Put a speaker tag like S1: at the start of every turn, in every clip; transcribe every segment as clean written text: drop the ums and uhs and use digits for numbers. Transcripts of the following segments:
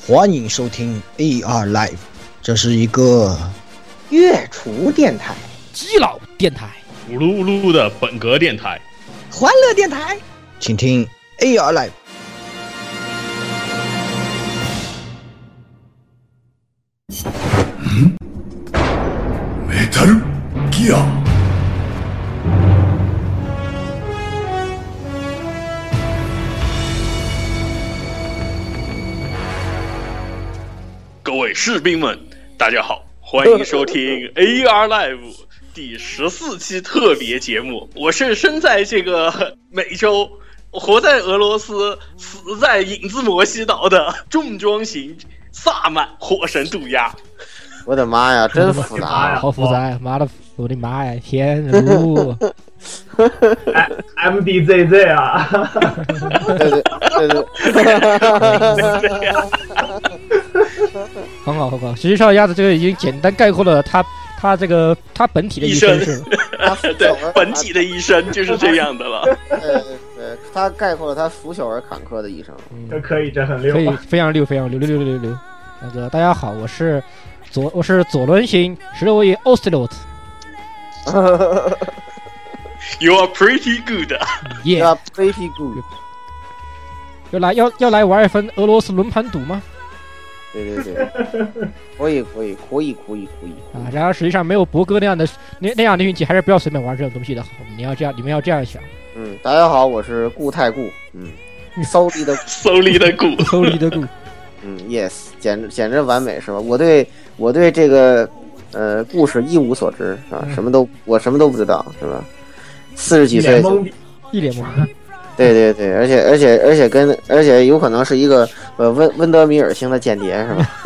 S1: 欢迎收听 AR Live， 这是一个
S2: 月厨电台、
S3: 基佬电台、
S4: 咕噜咕噜的本格电台、
S2: 欢乐电台，
S1: 请听 AR Live。
S5: Metal Gear。
S4: 各位士兵们，大家好，欢迎收听 AR Live 第14期特别节目。我是身在这个美洲，活在俄罗斯，死在影子摩西岛的重装型萨满火神渡鸦。
S2: 我的妈呀，真复杂呀！
S3: 好复杂呀！妈的，我的妈呀！天如
S6: MDZZ 啊！
S2: 对，
S3: 很好很好。实际上，鸭子这个已经简单概括了他本体的一生是
S4: 对，本体的一生就是这样的了。
S2: 对，他概括了他腐朽而坎坷的一生。
S6: 这可以，这很溜，
S3: 可以非常溜，非常溜。那个大家好，我是左轮型16位 Ocelot。You
S4: are pretty good.
S3: Yeah,
S2: You are pretty good.
S3: 要来玩一份俄罗斯轮盘赌吗？
S2: 对，可以
S3: 啊！然而实际上没有博哥那样的运气，还是不要随便玩这种东西的好。你们要这样想。
S2: 大家好，我是固态固。馊力的
S4: 固。
S2: Yes， 简直完美是吧？我对这个故事一无所知啊，我什么都不知道是吧？40几岁
S3: 一脸懵。
S2: 对，而且有可能是一个温德米尔型的间谍是吧？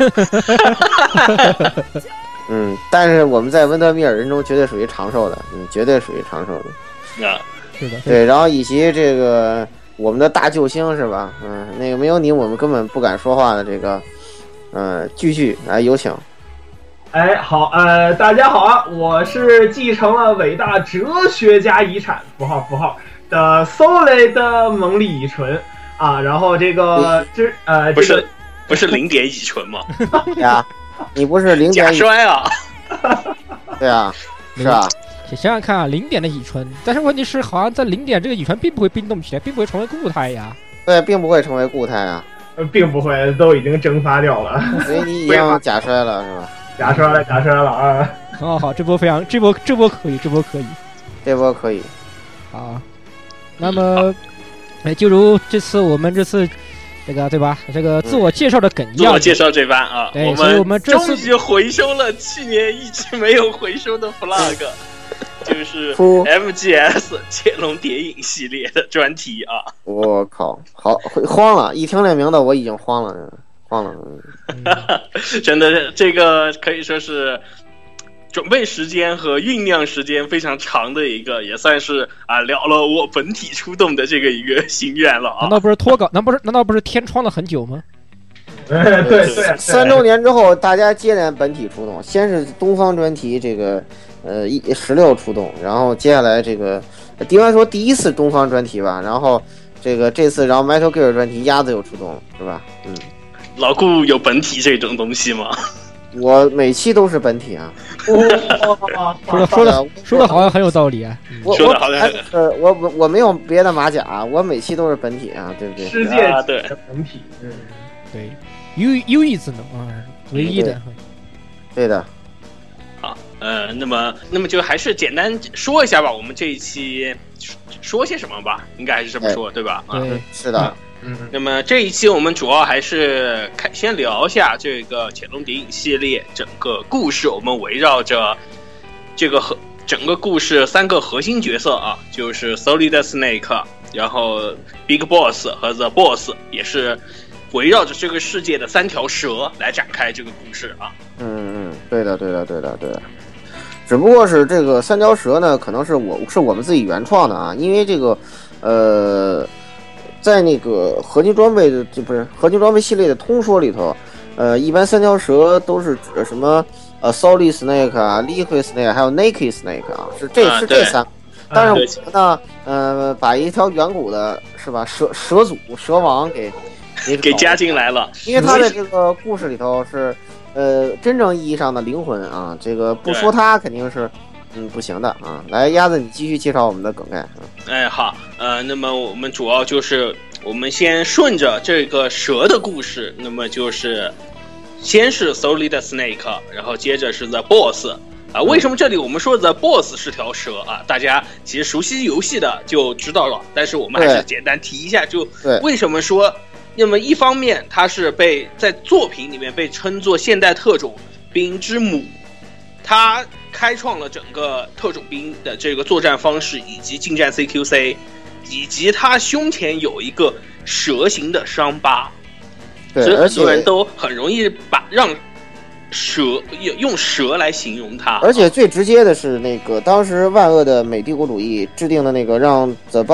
S2: 但是我们在温德米尔人中绝对属于长寿的，绝对属于长寿的。
S4: 啊，
S3: 是的。
S2: 对，然后以及这个我们的大救星是吧？那个没有你我们根本不敢说话的这个句句来有请。
S6: 哎，好，大家好啊，我是继承了伟大哲学家遗产符号的 Solid 的蒙利乙醇啊，然后这个
S4: 不是0点乙醇吗？
S2: 呀，你不是0点
S4: 甲衰啊？
S2: 对啊，是啊。
S3: 想想看啊，0点的乙醇，但是问题是，好像在0点这个乙醇并不会冰冻起来，并不会成为固态呀。
S2: 对，并不会成为固态啊，
S6: 并不会，都已经蒸发掉了。
S2: 所以你已经假衰了是吧？
S6: 假衰了啊！
S3: 好，这波可以。好，那么，就如我们这次这个对吧？这个自我介绍的梗一样，
S4: 自我介绍这番啊，
S3: 对，所以我们这次
S4: 终于回收了去年一直没有回收的 flag， 就是 MGS 潜龙谍影系列的专题啊！
S2: 我靠，好慌了，一听这名字我已经慌了。
S4: 真的，这个可以说是准备时间和酝酿时间非常长的一个，也算是了了我本体出动的这个一个心愿了啊！
S3: 难道不是脱稿？难道不是天窗了很久吗？
S6: 对
S2: ，3周年之后，大家接连本体出动，先是东方专题这个16出动，然后接下来这个迪湾说第一次东方专题吧，然后这次然后 Metal Gear 专题鸭子又出动了是吧？
S4: 老顾有本体这种东西吗？
S2: 我每期都是本体啊。
S3: 说的好像很有道理啊。
S4: 说的好像
S2: 我没有别的马甲，我每期都是本体啊，对不对？
S6: 世界对本体，
S3: 对，优异之能啊，唯一的。
S2: 对的。
S4: 好，那么就还是简单说一下吧，我们这一期说些什么吧，应该还是这么说，对吧？
S3: 对，
S2: 是的。
S4: 那么这一期我们主要还是先聊一下这个潜龙谍影系列整个故事，我们围绕着这个整个故事3个核心角色啊，就是 Solid Snake， 然后 Big Boss 和 The Boss， 也是围绕着这个世界的3条蛇来展开这个故事啊。
S2: 对的。只不过是这个3条蛇呢，可能是我们自己原创的啊，因为这个在那个合金装备的合金装备系列的通说里头，一般3条蛇都是指什么Solid Snake 啊 ，Liquid Snake 还有 Naked Snake 啊，是这3个。但是我们呢，把一条远古的是吧蛇王给
S4: 给加进来了，
S2: 因为他的这个故事里头是真正意义上的灵魂啊，这个不说他肯定是不行的啊。来，鸭子你继续介绍我们的梗概。
S4: 哎，好，那么我们主要就是我们先顺着这个蛇的故事，那么就是先是 Solid Snake， 然后接着是 The Boss。为什么这里我们说 The Boss 是条蛇啊？大家其实熟悉游戏的就知道了，但是我们还是简单提一下，就为什么说，那么一方面它是在作品里面被称作现代特种兵之母，它开创了整个特种兵的这个作战方式，以及近战 CQC， 以及它胸前有一个蛇形的伤疤，所以很多人都很容易让用蛇来形容它。
S2: 而且最直接的是那个当时万恶的美帝国主义制定的那个让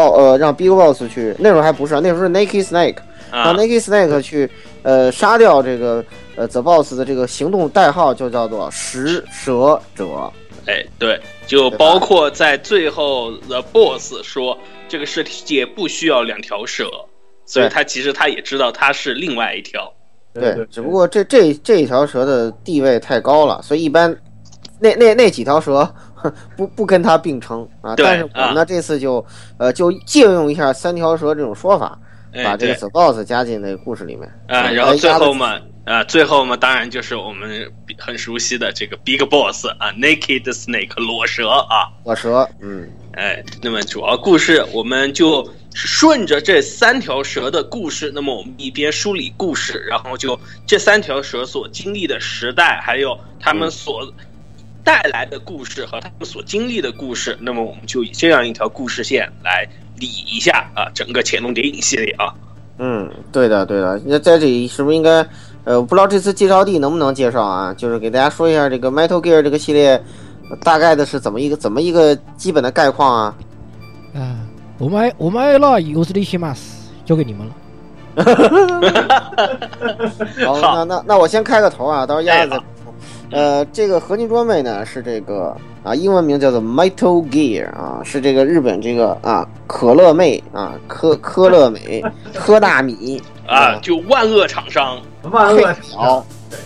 S2: Big Boss 去，那时候还不是，那时候是 Naked Snake， 让 Naked Snake 去杀掉这个The Boss 的这个行动代号就叫做食蛇者。
S4: 哎，对，就包括在最后 The Boss 说这个世界不需要两条蛇，所以其实他也知道他是另外一条。
S2: 对，只不过这一条蛇的地位太高了，所以一般那几条蛇不跟它并称啊。但是我们呢这次就借用一下三条蛇这种说法，把这个 The Boss 加进那个故事里面。
S4: 然后最后嘛，当然就是我们很熟悉的这个 Big Boss 啊 ，Naked Snake 裸蛇啊，
S2: 裸蛇，
S4: 那么主要故事我们就顺着这三条蛇的故事，那么我们一边梳理故事，然后就这三条蛇所经历的时代，还有他们所带来的故事和他们所经历的故事，那么我们就以这样一条故事线来理一下整个潜龙谍影系列啊。
S2: 对的。那在这里是不是应该我不知道这次介绍地能不能介绍啊？就是给大家说一下这个 Metal Gear 这个系列大概的是怎么一个基本的概况啊？
S3: 我们了有这些嘛，交给你们了。
S2: 好，那我先开个头啊，到时候鸭子再补充。这个合金装备呢是这个英文名叫做 Metal Gear 啊，是这个日本这个可乐妹啊，科乐美科大米
S4: 就万恶厂商，
S6: 万恶厂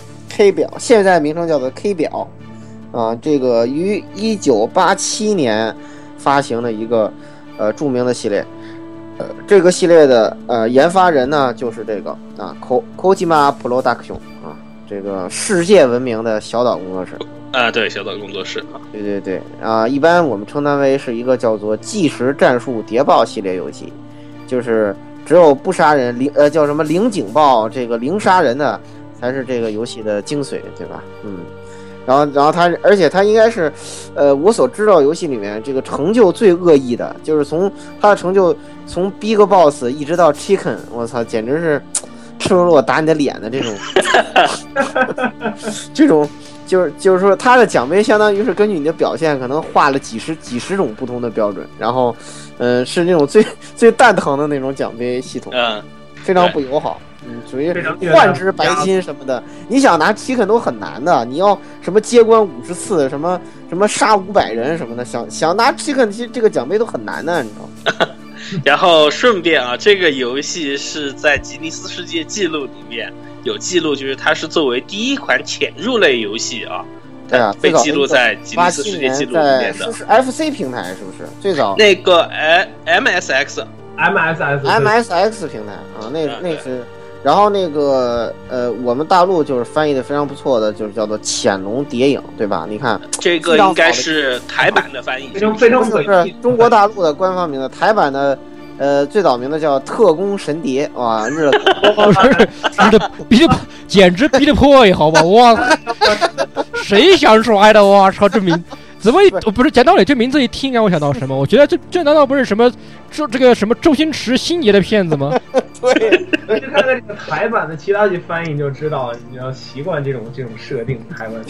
S2: K 表，现在名称叫做 K 表这个于1987年发行的一个著名的系列。这个系列的研发人呢就是这个Kojima Production 这个世界闻名的小岛工作室
S4: 对，小岛工作室
S2: 对一般我们称它为是一个叫做即时战术谍报系列游戏，就是只有不杀人叫什么零警报，这个零杀人的才是这个游戏的精髓，对吧？然后而且它应该是我所知道游戏里面这个成就最恶意的，就是从它的成就从 Big Boss 一直到 Chicken， 我操，简直是赤裸裸打你的脸的这种这种就是说它的奖杯相当于是根据你的表现可能画了几十种不同的标准，然后是那种最蛋疼的那种奖杯系统，非常不友好。属于换之白金什么的，你想拿Chicken都很难的，你要什么接关50次，什么杀500人什么的，想拿Chicken这个奖杯都很难的，你知道吗？
S4: 然后顺便这个游戏是在吉尼斯世界纪录里面有记录，就是它是作为第一款潜入类游戏
S2: 对
S4: 被记录在吉尼斯世界纪录里面的。
S2: 是 FC 平台是不是？最早
S4: 那个MSX
S2: 平台那是。然后那个我们大陆就是翻译的非常不错的，就是叫做《潜龙谍影》，对吧？你看
S4: 这个应该是台版的翻译，
S6: 非常
S2: 是中国大陆的官方名字，台版的最早名字叫《特工神谍》，哇，日子
S3: 简直逼得破，好吧？哇，谁想出来的？我操，这名怎么不是讲道理？这名字一听让我想到什么？我觉得这难道不是什么这个什么周星驰星爷的片子吗？
S2: 对，
S6: 你看看这个台版的其他句翻译你就知道了，你要习惯这种设定。台湾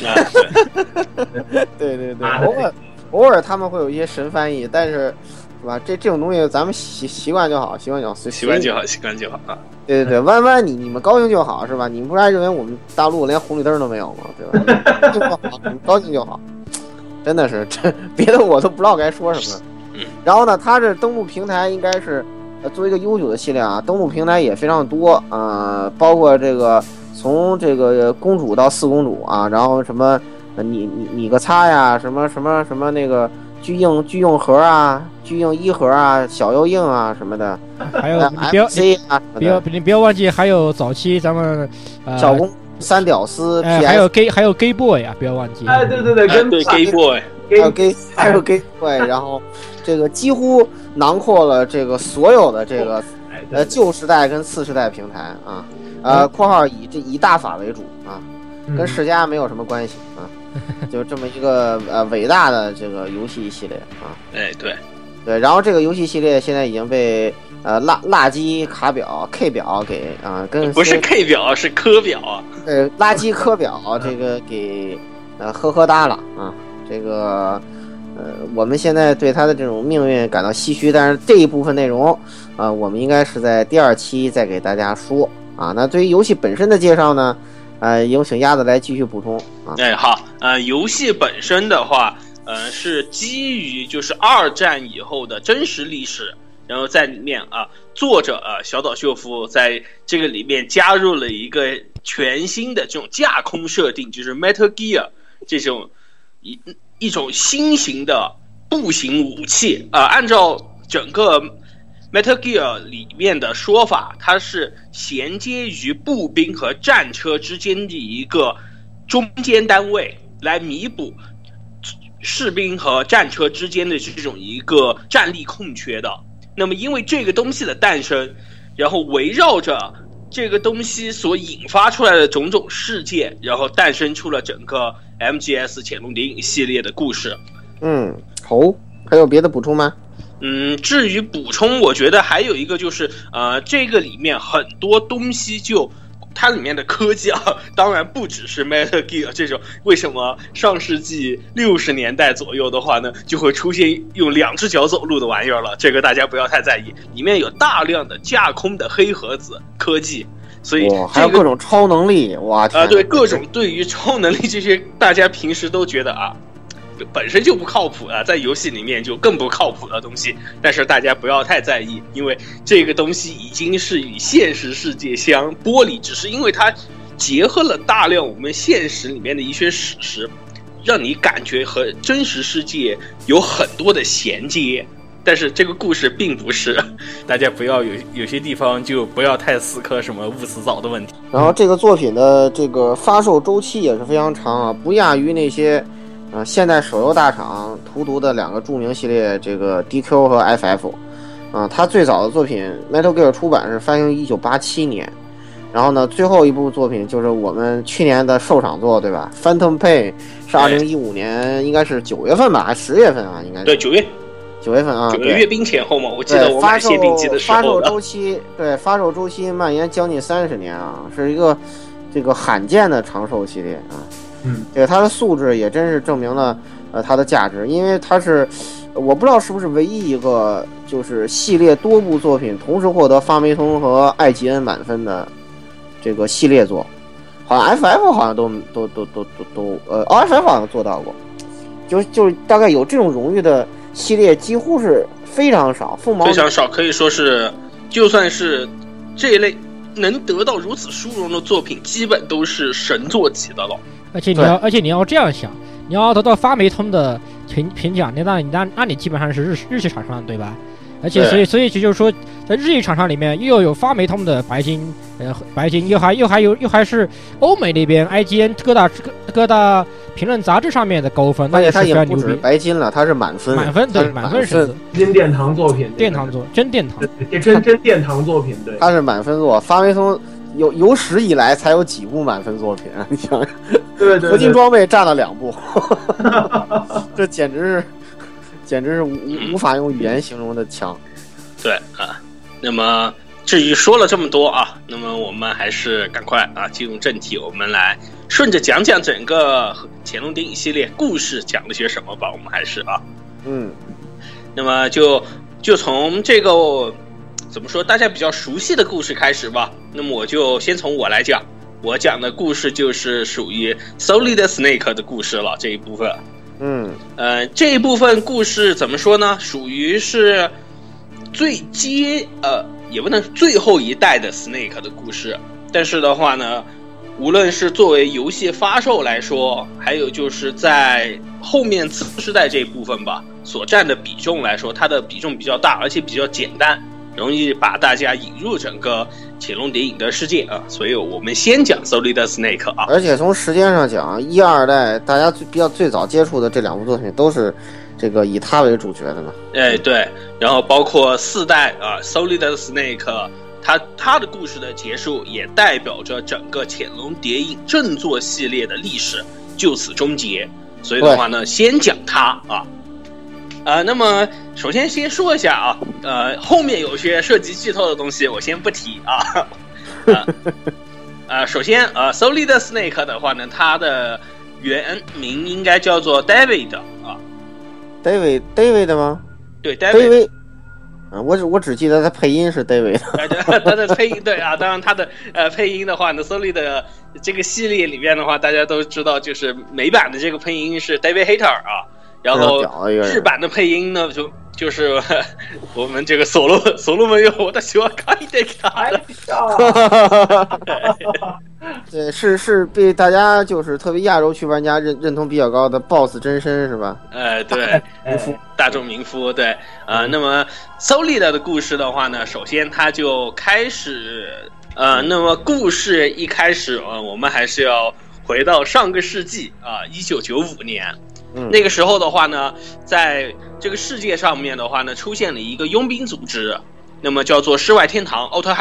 S2: 对，偶尔他们会有一些神翻译，但是是吧？这种东西咱们习惯就好，习惯就好啊。对，弯你们高兴就好，是吧？你们不是还认为我们大陆连红绿灯都没有吗？对吧？就好，你们高兴就好。真的是，别的我都不知道该说什么。然后呢，它这登录平台应该是作为一个悠久的系列啊，登陆平台也非常多啊，包括这个从这个公主到四公主啊，然后什么你个擦呀，什么那个巨硬盒啊，巨硬一盒啊，小又硬啊什么的，
S3: 还有你不要忘记，还有早期咱们
S2: 小公三屌丝，
S3: 还有 Gay Boy 啊，不要忘记。
S6: 对，跟
S4: 对 Gay Boy，
S2: 还有 Gay Boy， 然后这个几乎囊括了这个所有的这个旧时代跟次时代平台啊，括号以大法为主啊，跟世嘉没有什么关系啊，就这么一个伟大的这个游戏系列啊。对，然后这个游戏系列现在已经被垃圾卡表 K 表给跟
S4: 不是 K 表是科表，
S2: 垃圾科表这个给呵哒了啊，这个我们现在对它的这种命运感到唏嘘，但是这一部分内容我们应该是在第2期再给大家说啊。那对于游戏本身的介绍呢，有请鸭子来继续补充啊。
S4: 好，游戏本身的话，是基于就是2战以后的真实历史，然后在里面作者小岛秀夫在这个里面加入了一个全新的这种架空设定，就是 Metal Gear 这种一种新型的步行武器按照整个 Metal Gear 里面的说法，它是衔接于步兵和战车之间的一个中间单位，来弥补士兵和战车之间的这种一个战力空缺的。那么因为这个东西的诞生，然后围绕着这个东西所引发出来的种种事件，然后诞生出了整个 MGS 潜龙谍影系列的故事。
S2: 还有别的补充吗？
S4: 至于补充，我觉得还有一个就是这个里面很多东西就它里面的科技当然不只是 Metal Gear 这种，为什么上世纪60年代左右的话呢，就会出现用2只脚走路的玩意儿了，这个大家不要太在意。里面有大量的架空的黑盒子科技，所以
S2: 还有各种超能力，哇天！
S4: 对，各种对于超能力这些，大家平时都觉得本身就不靠谱在游戏里面就更不靠谱的东西，但是大家不要太在意，因为这个东西已经是与现实世界相剥离，只是因为它结合了大量我们现实里面的一些史实，让你感觉和真实世界有很多的衔接。但是这个故事并不是，大家不要有些地方就不要太死磕什么猝死早的问题。
S2: 然后这个作品的这个发售周期也是非常长不亚于那些现代手游大厂荼毒的2个著名系列，这个 DQ 和 FF 它最早的作品 Metal Gear 出版是发行于1987年，然后呢最后一部作品就是我们去年的首场作，对吧？ Phantom Pain 是2015年应该是9月份吧，还是10月份9月？
S4: 对，9
S2: 月份
S4: 9个月兵前后嘛，我记得我买限定机的时候
S2: 发售周期蔓延将近30年是一个这个罕见的长寿系列这个它的素质也真是证明了它的价值，因为它是我不知道是不是唯一一个就是系列多部作品同时获得发霉通和艾吉恩满分的这个系列作，好像 FF 好像都FF 好像做到过，就是大概有这种荣誉的系列几乎是非常少，
S4: 非常少，可以说是就算是这一类能得到如此殊荣的作品，基本都是神作级的了。而
S3: 且你要这样想，你要得到发霉通的评奖，那你基本上是日系厂商，对吧？而且所以就是说，在日系厂商里面又有发霉通的白金，又还是欧美那边 IGN 各大评论杂志上面的高分，那
S2: 也是非常牛逼。白金了，它是满分，
S3: 对，满分是
S6: 真殿堂作品，
S3: 殿堂作，真殿堂，
S6: 真殿堂作品，对，
S2: 它是满分作。发霉通有史以来才有几部满分作品，你想想，
S6: 对，
S2: 合金装备占了2部，这简直是无法用语言形容的强。
S4: 对那么至于说了这么多那么我们还是赶快进入正题，我们来顺着讲讲整个潜龙谍影系列故事讲了些什么吧。我们还是那么就从这个怎么说大家比较熟悉的故事开始吧。那么我就先从我来讲，我讲的故事就是属于 Solid Snake 的故事了，这一部分。这一部分故事怎么说呢？属于是也不能最后一代的 Snake 的故事，但是的话呢，无论是作为游戏发售来说，还有就是在后面次世代这一部分吧，所占的比重来说，它的比重比较大，而且比较简单，容易把大家引入整个潜龙谍影的世界啊。所以我们先讲 Solid Snake 啊。
S2: 而且从时间上讲，1、2代大家最早接触的这2部作品都是这个以他为主角的嘛。
S4: 哎，对，然后包括4代啊 ，Solid Snake， 它的故事的结束，也代表着整个潜龙谍影正作系列的历史就此终结。所以的话呢，先讲它啊。那么首先说一下啊，后面有些涉及剧透的东西，我先不提啊。首先Solid Snake 的话呢，它的原名应该叫做 David 啊。
S2: David 吗？
S4: 对 ，David。
S2: 我只记得他配音是 David。
S4: 他的配音对啊，当然他的配音的话呢 ，Solid 的这个系列里面的话，大家都知道，就是美版的这个配音是 David Hayter 啊，然后日版的配音呢就是我们这个所罗门有我的喜欢看一点他的。
S2: 对，是被大家就是特别亚洲区玩家认同比较高的 BOSS 真身是吧？
S4: 对，大众民夫对那么 Solid 的故事的话呢，首先它就开始那么故事一开始我们还是要回到上个世纪1995年。那个时候的话呢，在这个世界上面的话呢，出现了一个佣兵组织，那么叫做世外天堂 Outer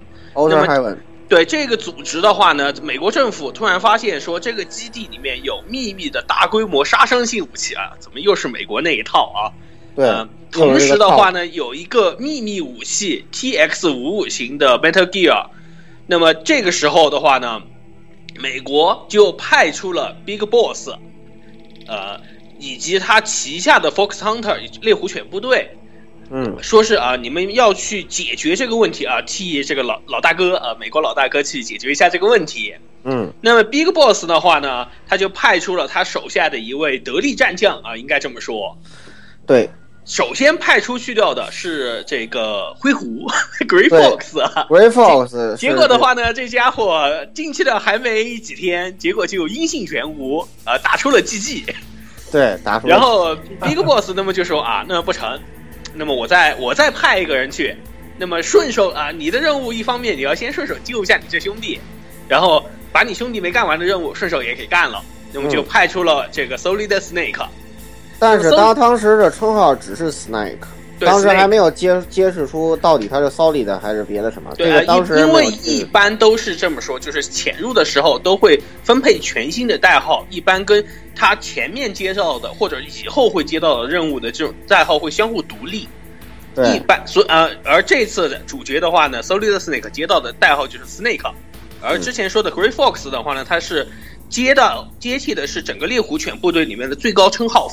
S4: Heaven。对这个组织的话呢，美国政府突然发现说，这个基地里面有秘密的大规模杀伤性武器啊，怎么又是美国那一套啊？
S2: 对，
S4: 同时的话呢，有一个秘密武器 TX55型的 Metal Gear， 那么这个时候的话呢，美国就派出了 Big Boss，以及他旗下的 Fox Hunter 猎狐犬部队。说是你们要去解决这个问题替这个老大哥美国老大哥去解决一下这个问题。那么 Big Boss 的话呢，他就派出了他手下的一位得力战将应该这么说。
S2: 对，
S4: 首先派出去掉的是这个灰狐 Grey
S2: Fox。Grey Fox。
S4: 结果的话呢，这家伙进去了还没几天，结果就音信全无打出了 GG。
S2: 对，打出了。
S4: 然后 Big Boss 那么就说那不成。那么我再派一个人去，那么顺手你的任务一方面你要先顺手救一下你这兄弟，然后把你兄弟没干完的任务顺手也给干了，那么就派出了这个 Solid Snake。
S2: 但是当时的称号只是 Snake， 当时还没有揭示出到底他是 Solid 还是别的什么。
S4: 对，
S2: 当时
S4: 因为一般都是这么说，就是潜入的时候都会分配全新的代号，一般跟他前面接到的或者以后会接到的任务的这种代号会相互独立。
S2: 对，
S4: 一般而这次的主角的话呢 ，Solid Snake 接到的代号就是 Snake， 而之前说的 Grey Fox 的话呢，它是接替的是整个猎狐犬部队里面的最高称号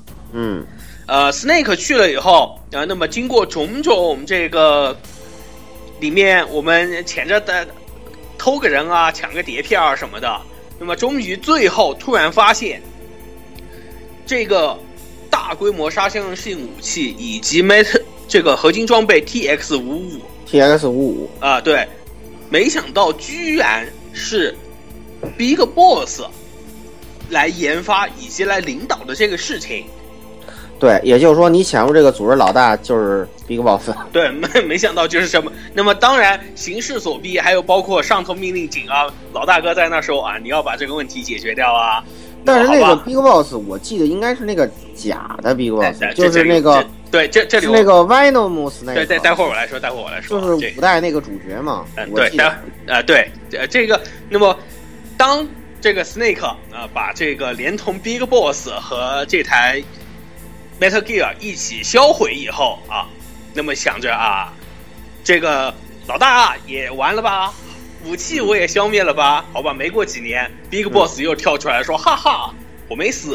S4: Fox。Snake 去了以后那么经过种种这个里面我们潜着的偷个人抢个碟片什么的，那么终于最后突然发现这个大规模杀伤性武器以及这个合金装备 TX55 对，没想到居然是 Big Boss 来研发以及来领导的这个事情。
S2: 对，也就是说你潜入这个组织老大就是 Big Boss。
S4: 对，没想到就是什么。那么当然形势所逼，还有包括上头命令紧老大哥在那说你要把这个问题解决掉
S2: 但是那个 Big Boss 我记得应该是那个假的 Big Boss， 就是那个
S4: 对，这里
S2: 是那个 Venomous 那个。
S4: 对，待会儿我来说，
S2: 就是5代那个主角嘛。
S4: 对，这个，那么当这个 Snake 把这个连同 Big Boss 和这台 Metal Gear 一起销毁以后那么想着这个老大也完了吧，武器我也消灭了吧，好吧，没过几年 Big Boss 又跳出来说哈哈我没死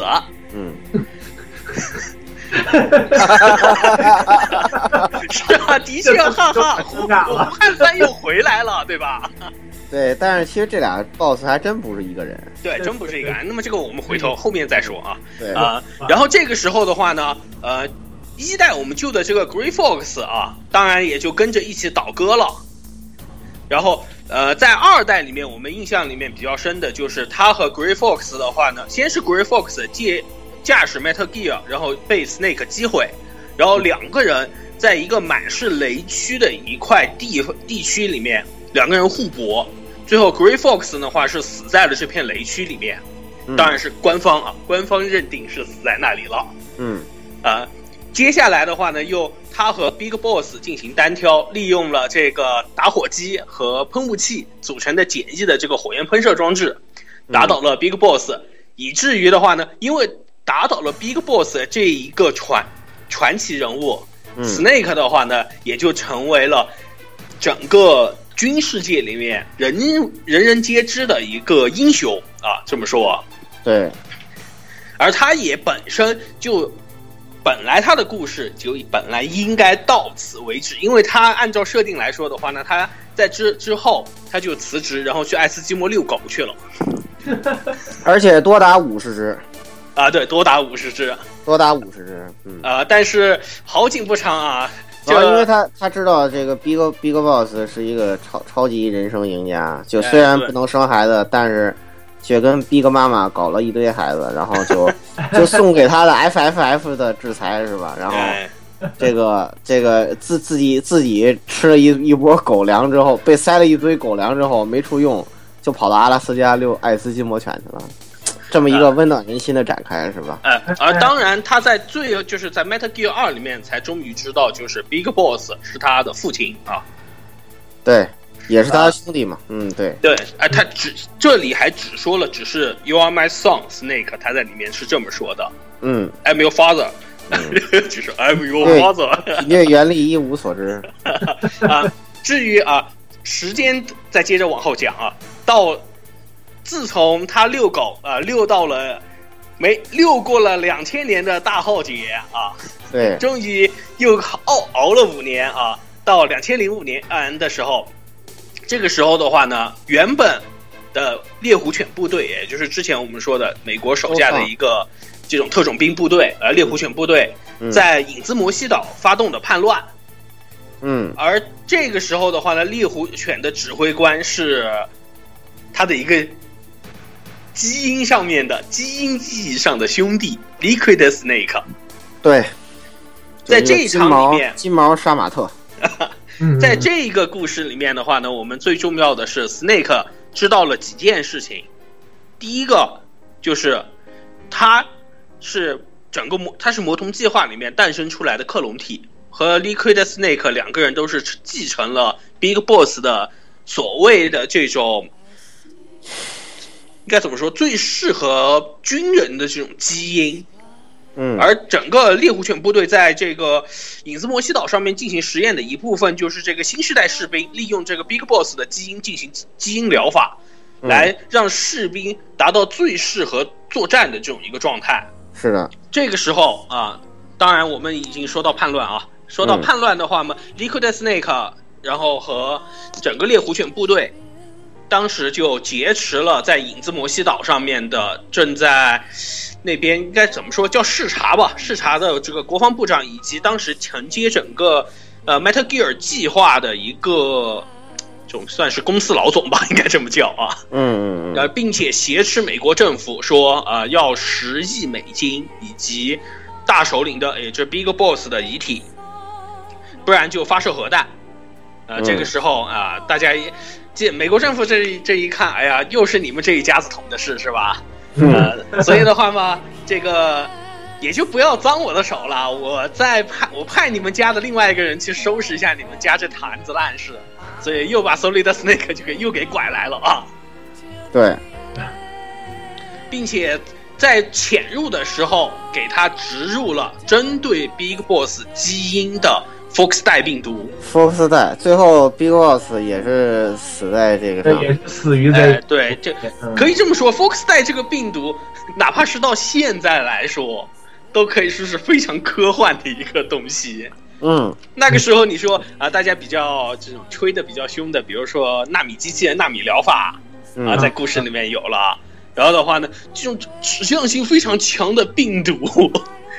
S4: 是的确哈哈胡汉三又回来了对吧？
S2: 对，但是其实这俩 boss 还真不是一个人。
S4: 对，真不是一个人。那么这个我们回头后面再说
S2: 对
S4: 然后这个时候的话呢一代我们救的这个 Grey Fox 啊，当然也就跟着一起倒戈了。然后在二代里面，我们印象里面比较深的就是他和 Grey Fox 的话呢，先是 Grey Fox 驾驶 Metal Gear， 然后被 Snake 击毁，然后两个人在一个满是雷区的一块地区里面，两个人互搏，最后 Grey Fox 的话是死在了这片雷区里面，当然是官方认定是死在那里了。接下来的话呢，他和 Big Boss 进行单挑，利用了这个打火机和喷雾器组成的简易的这个火焰喷射装置，打倒了 Big Boss，以至于的话呢，因为打倒了 Big Boss 这一个传奇人物，Snake 的话呢，也就成为了整个军世界里面人人皆知的一个英雄啊，这么说。
S2: 对，
S4: 而他也本来他的故事就本来应该到此为止，因为他按照设定来说的话呢，他在之后他就辞职，然后去爱斯基摩遛狗去了，
S2: 而且多达50只。
S4: 对，多达50只，但是好景不长啊，
S2: 因为他知道这个 Big Boss 是一个超级人生赢家，就虽然不能生孩子，但是却跟 Big 妈妈搞了一堆孩子，然后就送给他的 FFF 的制裁是吧？然后这个自己吃了一波狗粮之后，被塞了一堆狗粮之后没处用，就跑到阿拉斯加遛爱斯基摩犬去了。这么一个温暖人心的展开是吧？
S4: 而当然他在就是在 Metal Gear 2里面才终于知道，就是 Big Boss 是他的父亲啊。
S2: 对，也是他的兄弟嘛。对。
S4: 他这里还只说了，只是 You are my son Snake， 他在里面是这么说的。I'm your father， 就是 I'm your father。
S2: 你对原力一无所知。
S4: 至于时间再接着往后讲啊，自从他遛狗遛到了遛过了2000年的大浩劫啊，
S2: 对，
S4: 终于又熬了5年啊，到2005年的时候，这个时候的话呢，原本的猎狐犬部队，也就是之前我们说的美国手下的一个这种特种兵部队，猎狐犬部队，在影子摩西岛发动的叛乱。而这个时候的话呢，猎狐犬的指挥官是他的一个基因意义上的兄弟 Liquid Snake。对，在这一场里面，
S2: 金毛杀马特。
S4: 在这个故事里面的话呢，我们最重要的是 Snake 知道了几件事情。第一个就是他是魔童计划里面诞生出来的克隆体，和 Liquid Snake 两个人都是继承了 Big Boss 的所谓的这种应该怎么说，最适合军人的这种基因。而整个猎狐犬部队在这个影子摩西岛上面进行实验的一部分，就是这个新时代士兵利用这个 Big Boss 的基因进行基因疗法，来让士兵达到最适合作战的这种一个状态。
S2: 是的，
S4: 这个时候当然我们已经说到叛乱啊，说到叛乱的话嘛，Liquid Snake 然后和整个猎狐犬部队当时就劫持了在影子摩西岛上面的正在那边应该怎么说叫视察的这个国防部长，以及当时承接整个Metal Gear 计划的一个这种算是公司老总吧，应该这么叫啊。并且挟持美国政府说要10亿美金以及大首领的这 Big Boss 的遗体，不然就发射核弹。这个时候大家美国政府这一看，哎呀，又是你们这一家子捅的事是吧？所以的话嘛，这个也就不要脏我的手了，我派你们家的另外一个人去收拾一下你们家这坛子烂事，所以又把 Solid Snake 又给拐来了啊。
S2: 对，
S4: 并且在潜入的时候给他植入了针对 Big Boss 基因的 Fox 带病毒。
S2: Fox 带，最后 Big Boss 也是死在这个上，
S6: 也是死于这。
S4: 对，这可以这么说 ，Fox 带这个病毒，哪怕是到现在来说，都可以说是非常科幻的一个东西。那个时候你说大家比较这种吹的比较凶的，比如说纳米机器人、纳米疗法在故事里面有了。然后的话呢，这种指向性非常强的病毒，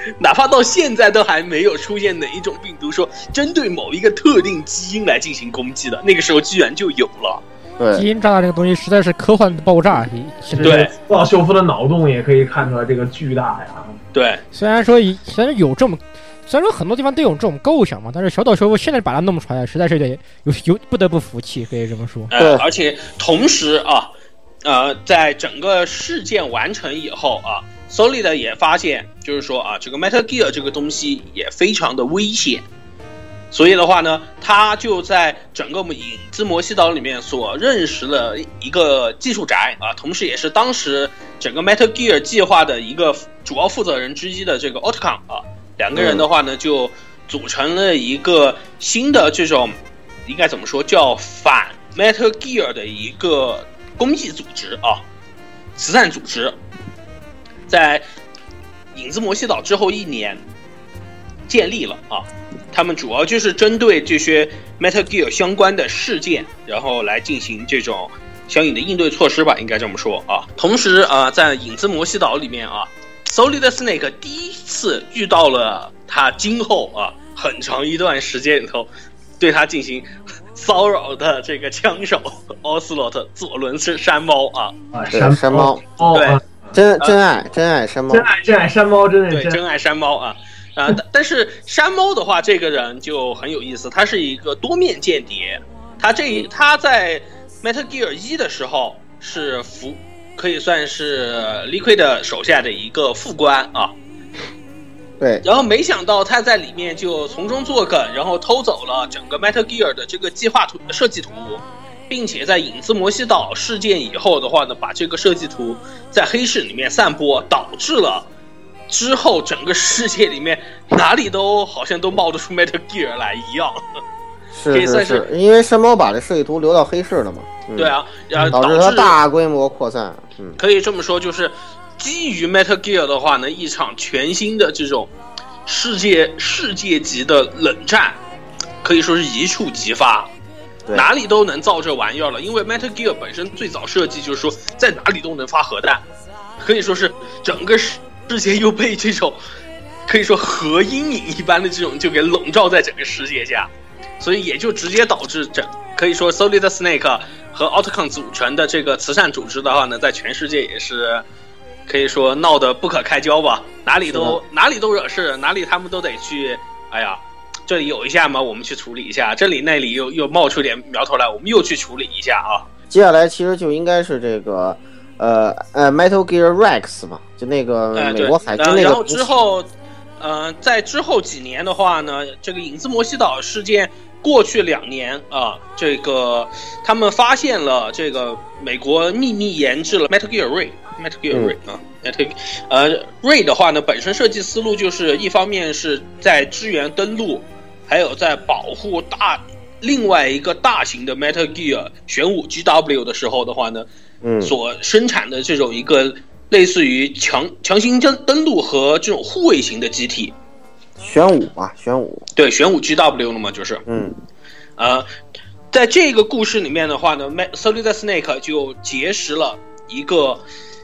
S4: 哪怕到现在都还没有出现哪一种病毒说针对某一个特定基因来进行攻击的，那个时候居然就有了。
S2: 对，
S3: 基因炸弹这个东西实在是科幻的爆炸。
S4: 对，
S6: 奥修夫的脑洞也可以看出来这个巨大呀。
S4: 对，
S3: 虽然说很多地方都有这种构想嘛，但是小岛秀夫现在把它弄出来，实在是有不得不服气，可以这么说。
S4: 而且同时啊，在整个事件完成以后啊 ，Solid 也发现，就是说啊，这个 Metal Gear 这个东西也非常的危险。所以的话呢，他就在整个影子摩西岛里面所认识了一个技术宅啊，同时也是当时整个 Metal Gear 计划的一个主要负责人之一的这个 Otacon 啊，两个人的话呢，就组成了一个新的这种应该怎么说叫反 Metal Gear 的一个公益组织啊，慈善组织，在影子摩西岛之后1年建立了啊。他们主要就是针对这些 Metal Gear 相关的事件，然后来进行这种相应的应对措施吧，应该这么说啊。同时在影子摩西岛里面啊 ，Solid Snake 第一次遇到了他今后很长一段时间里头对他进行骚扰的这个枪手 Ocelot 佐伦是山猫啊，
S2: 山猫，
S4: 对，
S2: 真爱山猫，
S6: 真爱山猫，
S4: 对，真爱山猫啊。但是山猫的话，这个人就很有意思，他是一个多面间谍。他在 Metal Gear 1的时候是可以算是 Liquid 手下的一个副官啊。
S2: 对。然
S4: 后没想到他在里面就从中作梗，然后偷走了整个 Metal Gear 的这个设计图，并且在影子摩西岛事件以后的话呢，把这个设计图在黑市里面散播，导致了之后整个世界里面哪里都好像都冒得出 Metal Gear 来一样。
S2: 是，因为山猫把这设计图留到黑市了嘛。
S4: 对啊，
S2: 导致它大规模扩散。
S4: 可以这么说，就是基于 Metal Gear 的话呢，一场全新的这种世界级的冷战，可以说是一触即发，哪里都能造这玩意儿了。因为 Metal Gear 本身最早设计就是说在哪里都能发核弹，可以说是整个世界又被这种可以说核阴影一般的这种就给笼罩在整个世界下，所以也就直接导致可以说 Solid Snake 和 Otacon 组成的这个慈善组织的话呢，在全世界也是可以说闹得不可开交吧，哪里都惹事，哪里他们都得去，哎呀，这里有一下嘛，我们去处理一下，这里那里又冒出点苗头来，我们又去处理一下啊。
S2: 接下来其实就应该是这个Metal Gear Rex 嘛，就那个美国海军那个。
S4: 然后之后，在之后几年的话呢，这个影子摩西岛事件过去2年啊，这个他们发现了这个美国秘密研制了 Metal Gear Ray 啊，Ray 的话呢，本身设计思路就是一方面是在支援登陆，还有在保护另外一个大型的 Metal Gear 玄武 GW 的时候的话呢，所生产的这种一个类似于强行登陆和这种护卫型的机体，
S2: 玄武吧，玄武，
S4: 对，玄武 GW 了嘛，就是，在这个故事里面的话呢 ，Solid Snake 就结识了一个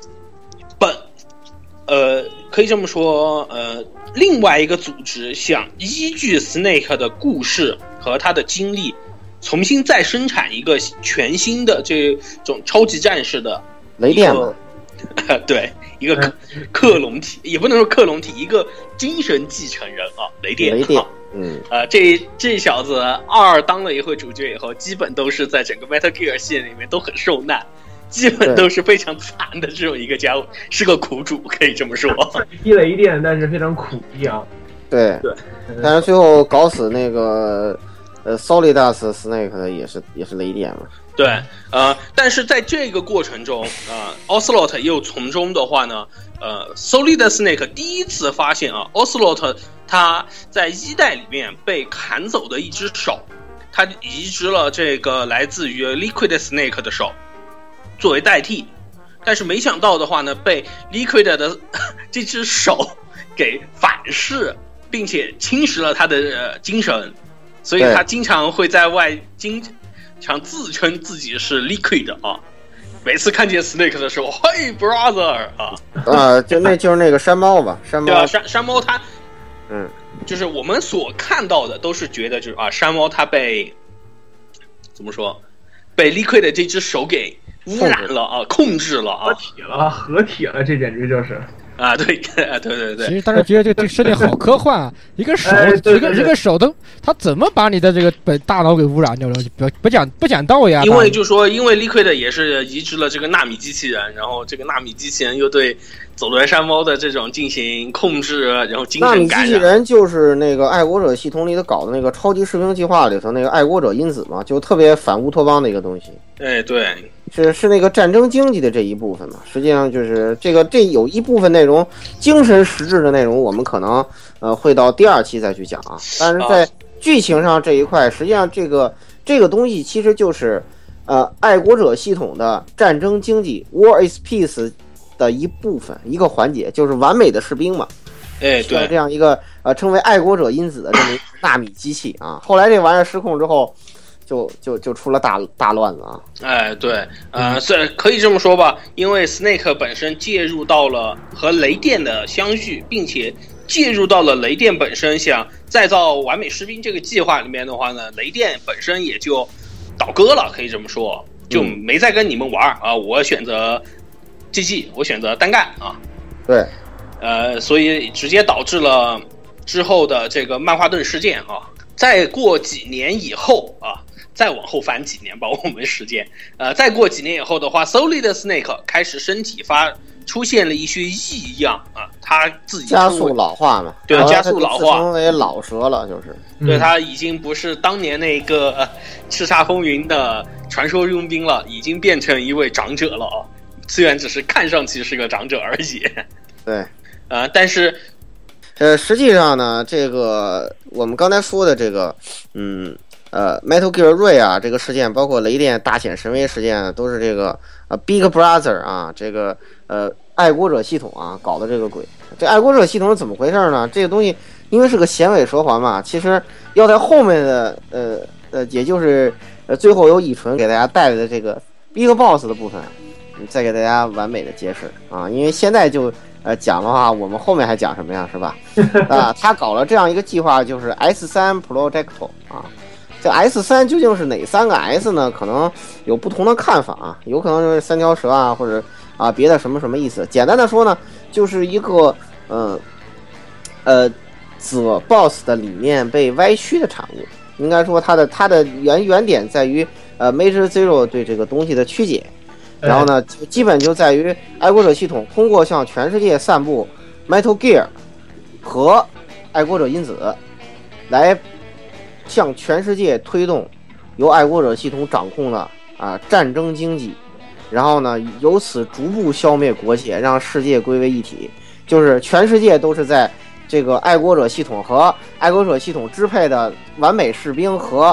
S4: 可以这么说，另外一个组织想依据 Snake 的故事和他的经历，重新再生产一个全新的这种超级战士的
S2: 雷电嘛，
S4: 对，一个克隆体，也不能说克隆体，一个精神继承人啊，雷电。这小子2当了一回主角以后，基本都是在整个 Metal Gear 系列里面都很受难，基本都是非常惨的这种一个家伙，是个苦主，可以这么说。
S6: 一雷电，但是非常苦逼啊。
S2: 对，但是最后搞死那个Solid Snake 的也是雷电嘛。
S4: 对，但是在这个过程中，Ocelot 又从中的话呢，Solid Snake 第一次发现Ocelot 他在1代里面被砍走的一只手，他移植了这个来自于 Liquid Snake 的手作为代替，但是没想到的话呢，被 Liquid 的这只手给反噬，并且侵蚀了他的精神，所以他经常会在外经常自称自己是 Liquid 啊。 每次看见 Snake 的时候，嘿 brother 啊，
S2: 就是那个山猫吧，山猫
S4: 对啊，山猫它，就是我们所看到的都是觉得就是山猫它被怎么说，被 Liquid 的这只手给污染了啊，控制了啊，
S6: 合体了，这简直就是
S4: 啊，对。
S3: 其实当时觉得这个设定好科幻啊，一个手，一个手都，他怎么把你的这个大脑给污染掉了？不讲道理啊！
S4: 因为就说，因为 Liquid 也是移植了这个纳米机器人，然后这个纳米机器人又对走轮山猫的这种进行控制，然后精神感染。
S2: 纳米机器人就是那个爱国者系统里头搞的那个超级士兵计划里头那个爱国者因子嘛，就特别反乌托邦的一个东西。
S4: 哎，对。
S2: 是那个战争经济的这一部分嘛？实际上就是这有一部分内容，精神实质的内容，我们可能会到第2期再去讲啊。但是在剧情上这一块，实际上这个东西其实就是爱国者系统的战争经济 War is Peace 的一部分，一个环节，就是完美的士兵嘛。
S4: 哎，对，
S2: 这样一个称为爱国者因子的这么一个纳米机器啊。后来这玩意儿失控之后。就出了大乱子啊！
S4: 哎，对，是可以这么说吧，因为 Snake 本身介入到了和雷电的相续，并且介入到了雷电本身想再造完美士兵这个计划里面的话呢，雷电本身也就倒戈了，可以这么说，就没再跟你们玩啊，我选择 GG， 我选择单干啊。
S2: 对，
S4: 所以直接导致了之后的这个曼华顿事件啊。再过几年以后啊。再往后翻几年吧，我们时间，再过几年以后的话 ，Solid Snake 开始身体出现了一些异样啊，他自己
S2: 加速老化嘛，
S4: 对，加速老化，
S2: 成为老蛇了，就是，
S4: 对，他已经不是当年那个叱咤风云的传说佣兵了，已经变成一位长者了啊，虽然只是看上去是个长者而已，
S2: 对，
S4: 但是，
S2: 实际上呢，这个我们刚才说的这个，Metal Gear 瑞啊，这个事件，包括雷电大显神威事件，都是这个Big Brother 啊，这个爱国者系统啊搞的这个鬼。这爱国者系统是怎么回事呢？这个东西因为是个衔尾蛇环嘛，其实要在后面的也就是最后由乙醇给大家带来的这个 Big Boss 的部分，再给大家完美的解释啊。因为现在就讲的话，我们后面还讲什么呀，是吧？他搞了这样一个计划，就是 S3 Projecto 啊。这 S3 究竟是哪3个 S 呢？可能有不同的看法啊，有可能就是3条蛇啊，或者别的什么意思。简单的说呢，就是一个子 boss 的理念被歪曲的产物。应该说它的原点在于Major Zero 对这个东西的曲解，然后呢，基本就在于爱国者系统通过向全世界散布 Metal Gear 和爱国者因子来。向全世界推动由爱国者系统掌控的战争经济，然后呢，由此逐步消灭国界，让世界归为一体。就是全世界都是在这个爱国者系统和爱国者系统支配的完美士兵和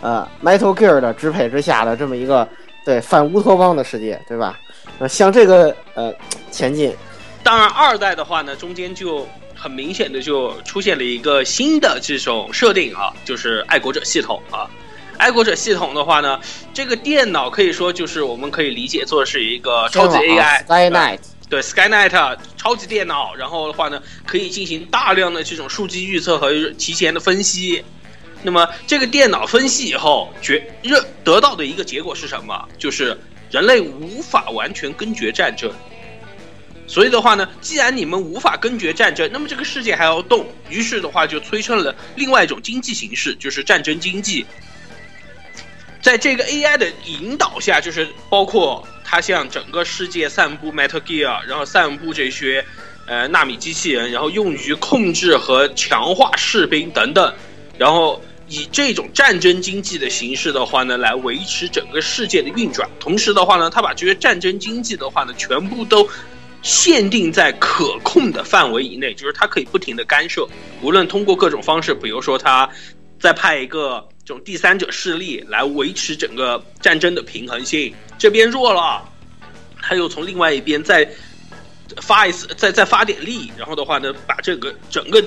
S2: Metal Gear 的支配之下的这么一个对反乌托邦的世界，对吧？向这个前进。
S4: 当然，2代的话呢，中间就。很明显的就出现了一个新的这种设定啊，就是爱国者系统啊。爱国者系统的话呢，这个电脑可以说就是我们可以理解作是一个超级 AI
S2: Skynet，
S4: 对 Skynet 超级电脑，然后的话呢，可以进行大量的这种数据预测和提前的分析。那么这个电脑分析以后，得到的一个结果是什么？就是人类无法完全根绝战争。所以的话呢，既然你们无法根绝战争，那么这个世界还要动，于是的话就催生了另外一种经济形式，就是战争经济。在这个 AI 的引导下，就是包括它向整个世界散布 Metal Gear， 然后散布这些纳米机器人，然后用于控制和强化士兵等等，然后以这种战争经济的形式的话呢，来维持整个世界的运转。同时的话呢，它把这些战争经济的话呢，全部都限定在可控的范围以内，就是它可以不停的干涉，无论通过各种方式，比如说它再派一个这种第三者势力来维持整个战争的平衡性，这边弱了，他又从另外一边再发点力，然后的话呢，把这个整个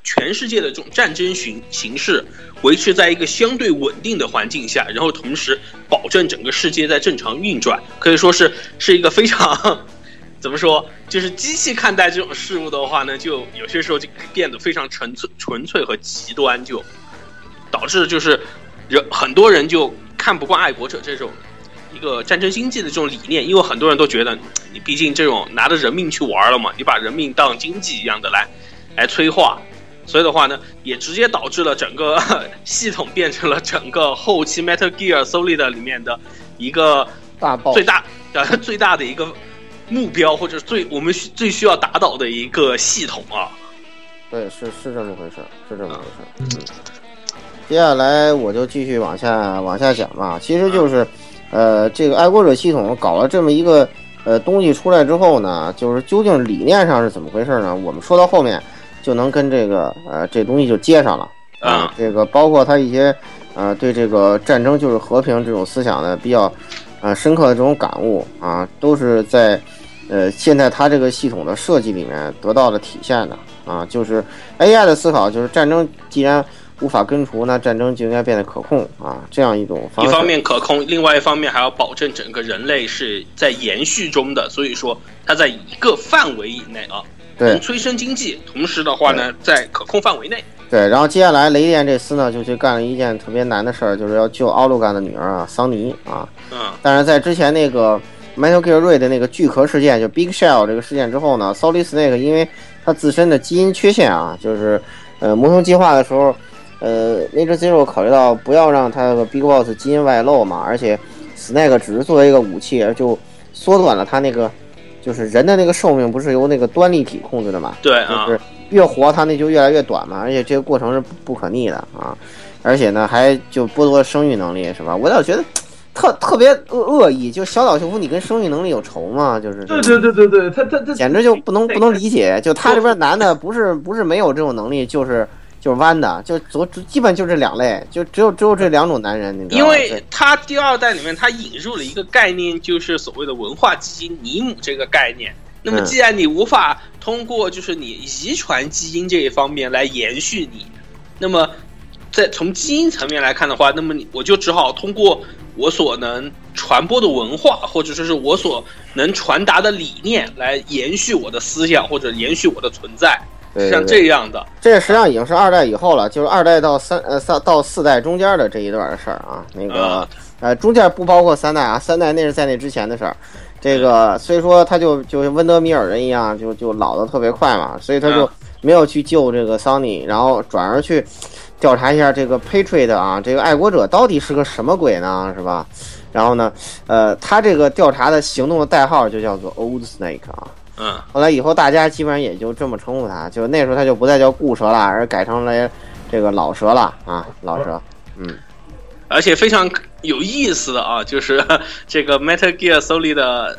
S4: 全世界的这种战争形势维持在一个相对稳定的环境下，然后同时保证整个世界在正常运转，可以说是一个非常怎么说，就是机器看待这种事物的话呢，就有些时候就变得非常纯粹和极端，就导致就是很多人就看不惯爱国者这种一个战争经济的这种理念，因为很多人都觉得你毕竟这种拿着人命去玩了嘛，你把人命当经济一样的来催化，所以的话呢，也直接导致了整个系统变成了整个后期 Metal Gear Solid 里面的一个最大的一个目标，或者我们最需要打倒的一个系统啊。
S2: 对，是这么回事。接下来我就继续往下讲吧。其实就是，这个爱国者系统搞了这么一个东西出来之后呢，就是究竟理念上是怎么回事呢？我们说到后面就能跟这个这东西就接上了啊。这个包括他一些对这个战争就是和平这种思想的比较深刻的这种感悟啊，都是在现在他这个系统的设计里面得到了体现的啊。就是 AI 的思考，就是战争既然无法根除，那战争就应该变得可控啊，这样一种方式。
S4: 一方面可控，另外一方面还要保证整个人类是在延续中的，所以说它在一个范围以内啊，能催生经济，同时的话呢，在可控范围内。
S2: 对，然后接下来雷电这厮呢就去干了一件特别难的事儿，就是要救奥鲁甘的女儿啊，桑尼啊。但是在之前那个 Metal Gear Red 的那个巨壳事件，就 Big Shell 这个事件之后呢 ，Solid Snake 因为他自身的基因缺陷啊，就是魔熊计划的时候。Major Zero 考虑到不要让他的 Big Boss 基因外露嘛，而且 Snake 只是作为一个武器，就缩短了他那个就是人的那个寿命，不是由那个端粒体控制的嘛？
S4: 对啊，
S2: 就是越活他那就越来越短嘛，而且这个过程是不可逆的啊，而且呢还就剥夺了生育能力，是吧？我倒觉得特别恶意，就小岛秀夫，你跟生育能力有仇吗？就是
S6: 对，他
S2: 简直就不能理解，就他这边男的不是没有这种能力，就是弯的，就基本就这两类，就只有这两种男人，你知道吗？
S4: 因为他第二代里面他引入了一个概念，就是所谓的文化基因尼姆这个概念。那么既然你无法通过就是你遗传基因这一方面来延续你，那么在从基因层面来看的话，那么我就只好通过我所能传播的文化，或者说是我所能传达的理念来延续我的思想或者延续我的存在。像这样的，
S2: 这实际上已经是二代以后了，就是二代到到四代中间的这一段的事儿啊。那个中间不包括三代啊，三代那是在那之前的事儿。这个所以说他就温德米尔人一样，就老得特别快嘛，所以他就没有去救这个桑尼，然后转而去调查一下这个 Patriot 啊，这个爱国者到底是个什么鬼呢，是吧？然后呢，他这个调查的行动的代号就叫做 Old Snake 啊。后来以后大家基本上也就这么称呼他，就那时候他就不再叫固蛇了，而改成了这个老蛇了啊，老蛇。
S4: 而且非常有意思的啊，就是这个 Metal Gear Solid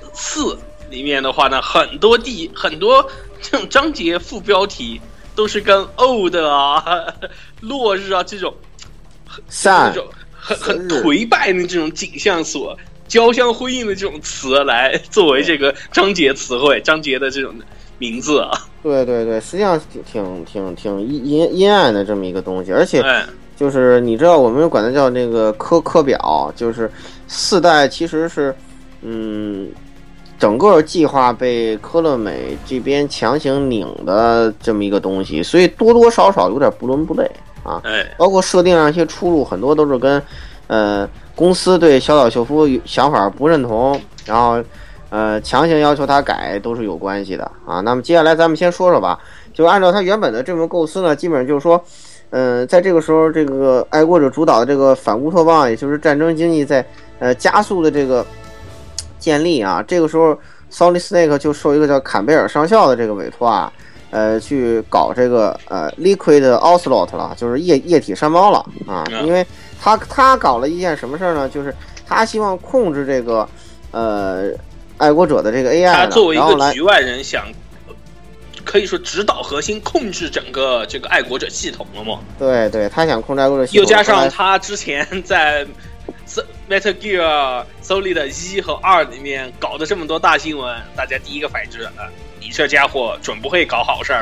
S4: 4里面的话呢，很多这种章节副标题都是跟 Old 啊、落日啊这种很颓败的这种景象所交相辉映的这种词来作为这个章节词汇、章节的这种名字啊。对，
S2: 实际上挺阴暗的这么一个东西，而且就是你知道我们管它叫那个科表，就是四代其实是整个计划被科乐美这边强行拧的这么一个东西，所以多多少少有点不伦不类啊。包括设定上一些出入，很多都是跟公司对小岛秀夫想法不认同，然后强行要求他改都是有关系的啊。那么接下来咱们先说说吧，就按照他原本的这么构思呢，基本上就是说在这个时候，这个爱国者主导的这个反乌托邦，也就是战争经济在加速的这个建立啊。这个时候 Solid Snake 就受一个叫坎贝尔上校的这个委托啊，去搞这个Liquid Ocelot 了，就是液体山猫了啊。因为他搞了一件什么事呢？就是他希望控制这个爱国者的这个 AI，
S4: 他作为一个局外人想可以说指导核心控制整个这个爱国者系统了嘛？
S2: 对，他想控制爱国者系统，
S4: 又加上他之前在Metal Gear Solid 1和2里面搞的这么多大新闻，大家第一个反应就是你这家伙准不会搞好事儿的。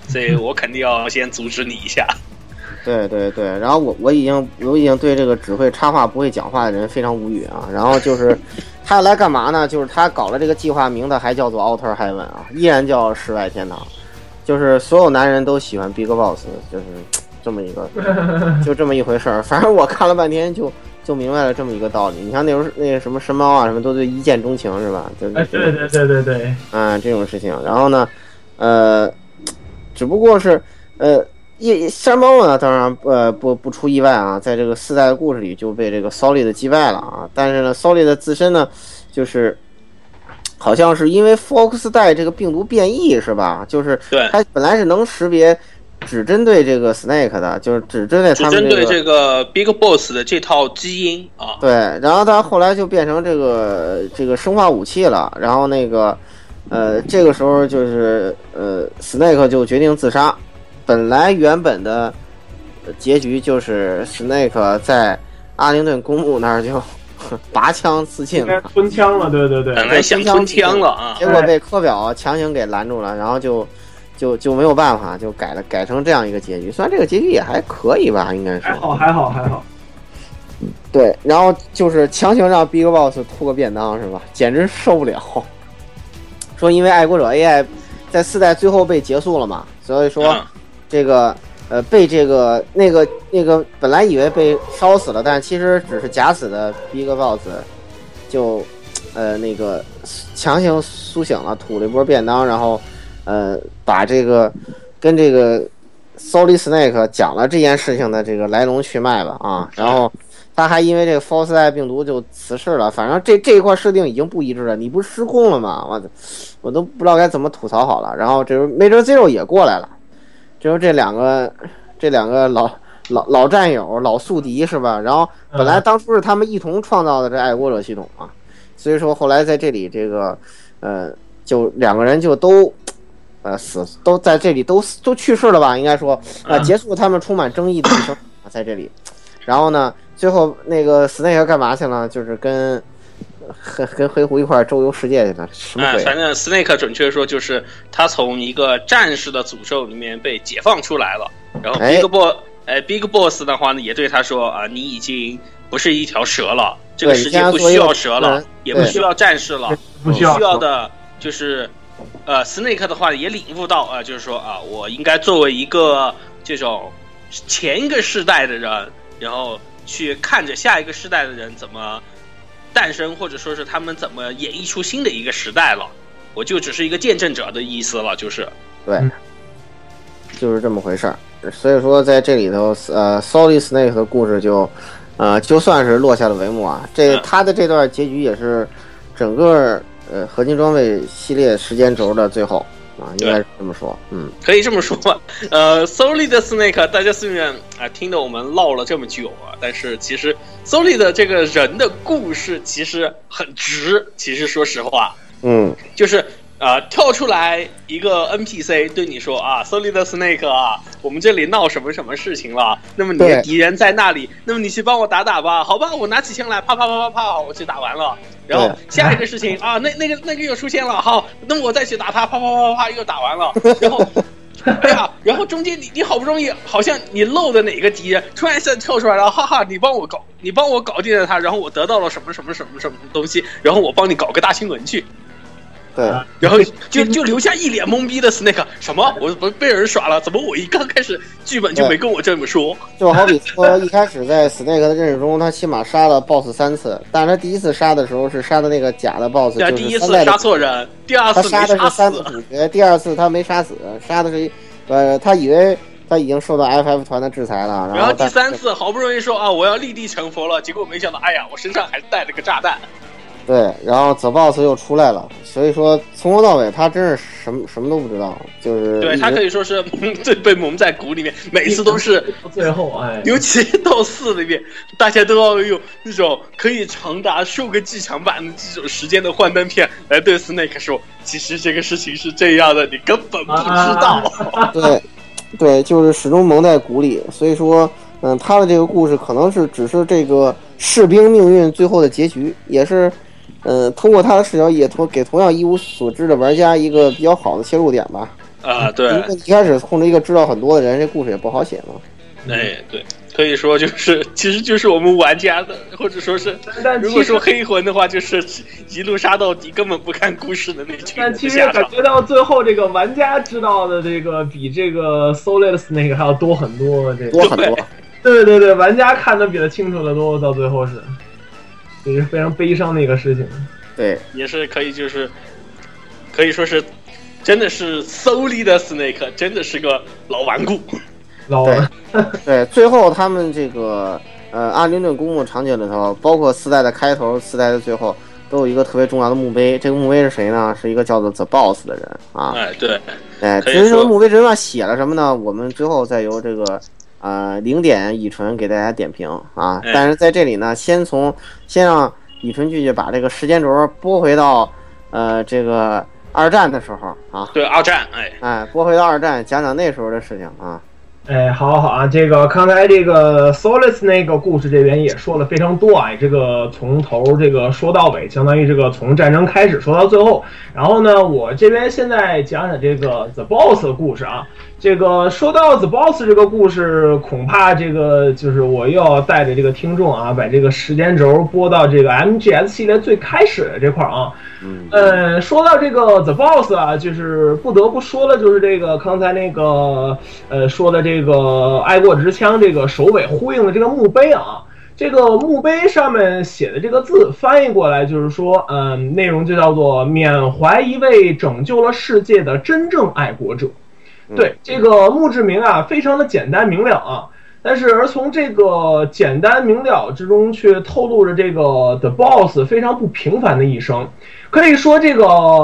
S4: 所以我肯定要先阻止你一下。
S2: 对对对，然后我已经对这个只会插话不会讲话的人非常无语啊。然后就是他要来干嘛呢？就是他搞了这个计划，名字还叫做 Outer Heaven 啊，依然叫世外天堂。就是所有男人都喜欢 Big Boss， 就是这么一个，就这么一回事儿。反正我看了半天就明白了这么一个道理。你像那时候那个什么神猫啊，什么都对一见钟情是吧？对
S6: 对，
S2: 这种事情。然后呢，只不过是山猫呢，当然不出意外啊，在这个4代的故事里就被这个 Solid 击败了啊。但是呢 ，Solid 自身呢，就是好像是因为 Fox 带这个病毒变异是吧？就是它本来是能识别只针对这个 Snake 的，就是只针对他们
S4: 只针对这个 Big Boss 的这套基因啊。
S2: 对，然后它后来就变成这个生化武器了，然后那个这个时候就是Snake 就决定自杀。本来原本的结局就是 Snake 在阿灵顿公墓那儿就拔枪自尽了，
S6: 吞枪了，对，
S4: 本来想吞枪了啊，
S2: 结果被科表强行给拦住了，然后就没有办法，就改成这样一个结局。虽然这个结局也还可以吧，应该是
S6: 还好。
S2: 对，然后就是强行让 Big Boss 吐个便当是吧？简直受不了。说因为爱国者 AI 在4代最后被结束了嘛，所以说。这个被这个那个本来以为被烧死了，但是其实只是假死的 Big Boss 就那个强行苏醒了，吐了一波便当，然后把这个跟这个 Solid Snake 讲了这件事情的这个来龙去脉吧啊，然后他还因为这个 Fox 带病毒就辞世了。反正这一块设定已经不一致了，你不失控了吗？我都不知道该怎么吐槽好了。然后这时候 Major Zero 也过来了。就是这两个老战友、老宿敌是吧？然后本来当初是他们一同创造的这爱国者系统啊，所以说后来在这里这个就两个人就都都在这里都去世了吧？应该说结束他们充满争议的一生在这里。然后呢，最后那个 Snake 干嘛去了？就是跟黑狐一块周游世界去了，什么鬼？
S4: 反正 Snake 准确说就是他从一个战士的诅咒里面被解放出来了，然后 Big Boss 的话呢也对他说啊，你已经不是一条蛇了，这个世界不需要蛇了，也不需要战士了，不需要的就是Snake 的话也领悟到就是说啊，我应该作为一个这种前一个世代的人，然后去看着下一个世代的人怎么诞生，或者说是他们怎么演绎出新的一个时代了，我就只是一个见证者的意思了，就是
S2: 对，就是这么回事儿。所以说在这里头Solid Snake 的故事就算是落下了帷幕啊。他的这段结局也是整个合金装备系列时间轴的最后啊，应该是这么说，
S4: 可以这么说吧。Solid Snake 大家虽然听得我们唠了这么久啊，但是其实 Solid 这个人的故事其实很直，其实说实话，就是跳出来一个 NPC 对你说啊 ，Solid Snake 啊，我们这里闹什么什么事情了？那么你的敌人在那里，那么你去帮我打吧，好吧，我拿起枪来，啪啪啪啪啪，我去打完了。然后下一个事情啊，那个又出现了，好，那么我再去打他，啪啪啪啪啪，又打完了。然后，哎呀，然后中间你好不容易，好像你漏的哪个敌人突然一下跳出来了，哈哈，你帮我搞定了他，然后我得到了什么什么什么什么东西，然后我帮你搞个大新闻去。
S2: 对，
S4: 然后就留下一脸懵逼的 Snake， 什么？我被人耍了？怎么我一刚开始剧本就没跟我这么说？
S2: 就好比说一开始在 Snake 的认识中，他起码杀了 BOSS 3次，但是他第一次杀的时候是杀的那个假的 BOSS，
S4: 对，第一次杀错人，第二次
S2: 他杀的是3次主角，第二次他没杀死，杀的是他以为他已经受到 FF 团的制裁了，
S4: 然后第3次好不容易说啊我要立地成佛了，结果没想到哎呀我身上还带了个炸弹。
S2: 对，然后 The Boss 又出来了，所以说从头到尾他真是什么都不知道，就是
S4: 对他可以说是最被蒙在鼓里面，每一次都是
S6: 最后
S4: 尤其到4里面，大家都要用那种可以长达数个剧场版的这种时间的幻灯片来对 Snake 说，其实这个事情是这样的，你根本不知道。
S2: 对，就是始终蒙在鼓里，所以说他的这个故事可能是只是这个士兵命运最后的结局，也是通过他的视角也给同样一无所知的玩家一个比较好的切入点吧。
S4: 啊，对，
S2: 因为一开始控制一个知道很多的人，这故事也不好写嘛。
S4: 哎，对，可以说其实就是我们玩家的，或者说是，如果说黑魂的话，就是一路杀到底，根本不看故事的那群人的下场。
S6: 但其实感觉到最后这个玩家知道的这个比这个 Solid Snake 还要多很多，这个
S2: 多很多。
S6: 对，玩家看得比他清楚的多，到最后是，这是非常悲伤的一个事情。
S2: 对，
S4: 也是可以说是，真的是 Solid Snake 真的是个老顽固。
S2: 对，最后他们这个阿灵顿公墓场景里头，包括4代的开头、4代的最后，都有一个特别重要的墓碑。这个墓碑是谁呢？是一个叫做 The Boss 的人啊。
S4: 哎，对。
S2: 至于这个墓碑之上写了什么呢？我们之后再由这个0点乙醇给大家点评啊。但是在这里呢，先让乙醇继续把这个时间轴拨回到这个二战的时候啊。
S4: 对，二战，
S2: 拨回到二战，讲讲那时候的事情啊。
S6: 好啊，这个刚才这个 Solid Snake 故事这边也说了非常多啊，这个从头这个说到尾，相当于这个从战争开始说到最后。然后呢，我这边现在讲讲这个 The Boss 的故事啊。这个说到 The Boss 这个故事，恐怕这个就是我又要带着这个听众啊，把这个时间轴拨到这个 MGS 系列最开始的这块啊。说到这个 The Boss 啊，就是不得不说了，就是这个刚才那个说的这个爱国之枪这个首尾呼应的这个墓碑啊。这个墓碑上面写的这个字翻译过来就是说，内容就叫做缅怀一位拯救了世界的真正爱国者。对，这个墓志铭啊，非常的简单明了啊，但是而从这个简单明了之中，却透露着这个 The Boss 非常不平凡的一生。可以说，这个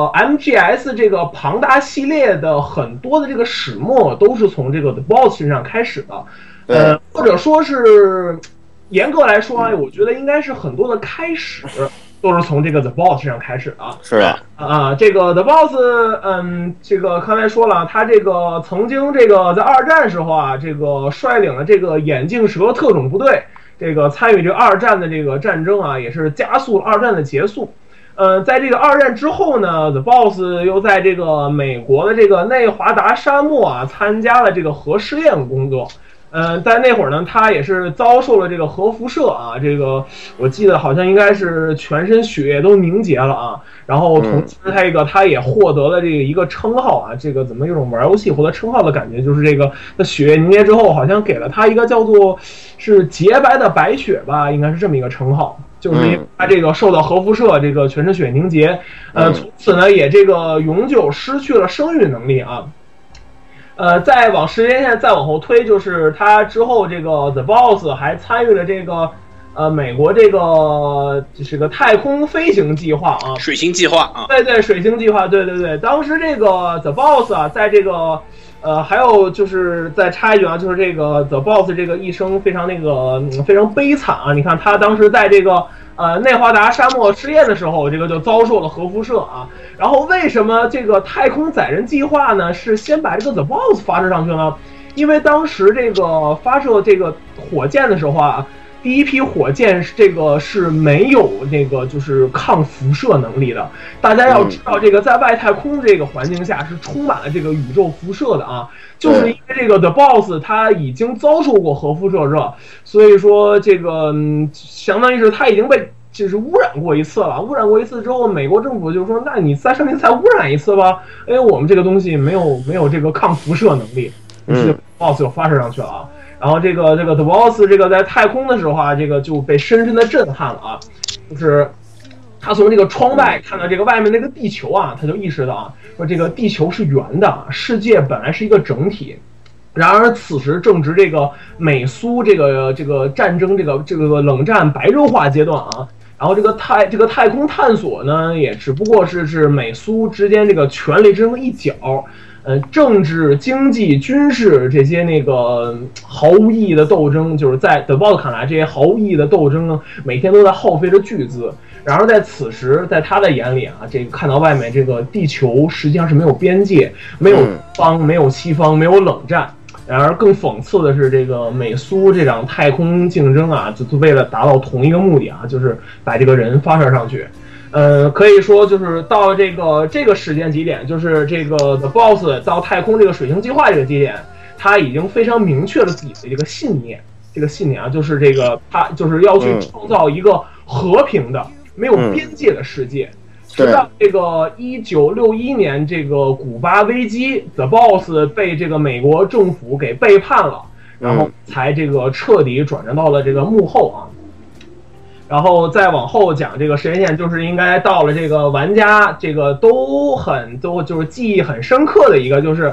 S6: MGS 这个庞大系列的很多的这个始末，都是从这个 The Boss 身上开始的。或者说是严格来说啊，我觉得应该是很多的开始都是从这个 The Boss 身上开始的。
S2: 是
S6: 啊，这个 The Boss，这个刚才说了，他这个曾经这个在二战时候啊，这个率领了这个眼镜蛇特种部队，这个参与这个二战的这个战争啊，也是加速了二战的结束。在这个二战之后呢 ，The Boss 又在这个美国的这个内华达沙漠啊，参加了这个核试验工作。在那会儿呢，他也是遭受了这个核辐射啊，这个我记得好像应该是全身血液都凝结了啊。然后同时他也获得了这个一个称号啊，这个怎么有种玩游戏获得称号的感觉，就是这个的血液凝结之后，好像给了他一个叫做是洁白的白雪吧，应该是这么一个称号。就是因为他这个受到核辐射，这个全身血凝结，从此呢也这个永久失去了生育能力啊。再往时间线再往后推，就是他之后这个 The Boss 还参与了这个美国这个就是个太空飞行计划啊，
S4: 水星计划啊，
S6: 对，水星计划，对，当时这个 The Boss 啊，在这个还有就是再插一句啊，就是这个 The Boss 这个一生非常非常悲惨啊，你看他当时在这个内华达沙漠试验的时候，这个就遭受了核辐射啊。然后为什么这个太空载人计划呢是先把这个 The Boss 发射上去呢？因为当时这个发射这个火箭的时候啊，第一批火箭这个是没有这个就是抗辐射能力的。大家要知道，这个在外太空这个环境下是充满了这个宇宙辐射的啊。就是因为这个 The Boss 他已经遭受过核辐射热，所以说这个相当于是他已经被就是污染过一次了。污染过一次之后，美国政府就说，那你在上面再污染一次吧，因为我们这个东西没有这个抗辐射能力，于是 The Boss 就发射上去了啊。然后这个 The Boss 这个在太空的时候啊，这个就被深深的震撼了啊，就是他从这个窗外看到这个外面那个地球啊，他就意识到啊，说这个地球是圆的，世界本来是一个整体。然而此时正值这个美苏这个战争这个冷战白热化阶段啊。然后这个太空探索呢，也只不过是美苏之间这个权力之中的一角。政治、经济、军事这些毫无意义的斗争，就是在 The Boss 看来，这些毫无意义的斗争呢，每天都在耗费着巨资。然而在此时，在他的眼里啊，这个看到外面这个地球实际上是没有边界，没有方，没有西方，没有冷战。然而更讽刺的是，这个美苏这场太空竞争啊，就为了达到同一个目的啊，就是把这个人发射上去。 可以说就是到了这个时间节点，就是这个 The Boss 到太空这个水星计划这个节点，他已经非常明确了自己的这个信念。这个信念啊，就是这个他就是要去创造一个和平的、没有边界的世界。直到这个1961年这个古巴危机 ，The Boss 被这个美国政府给背叛了，然后才这个彻底转战到了这个幕后啊。然后再往后讲这个时间线，就是应该到了这个玩家这个都就是记忆很深刻的一个，就是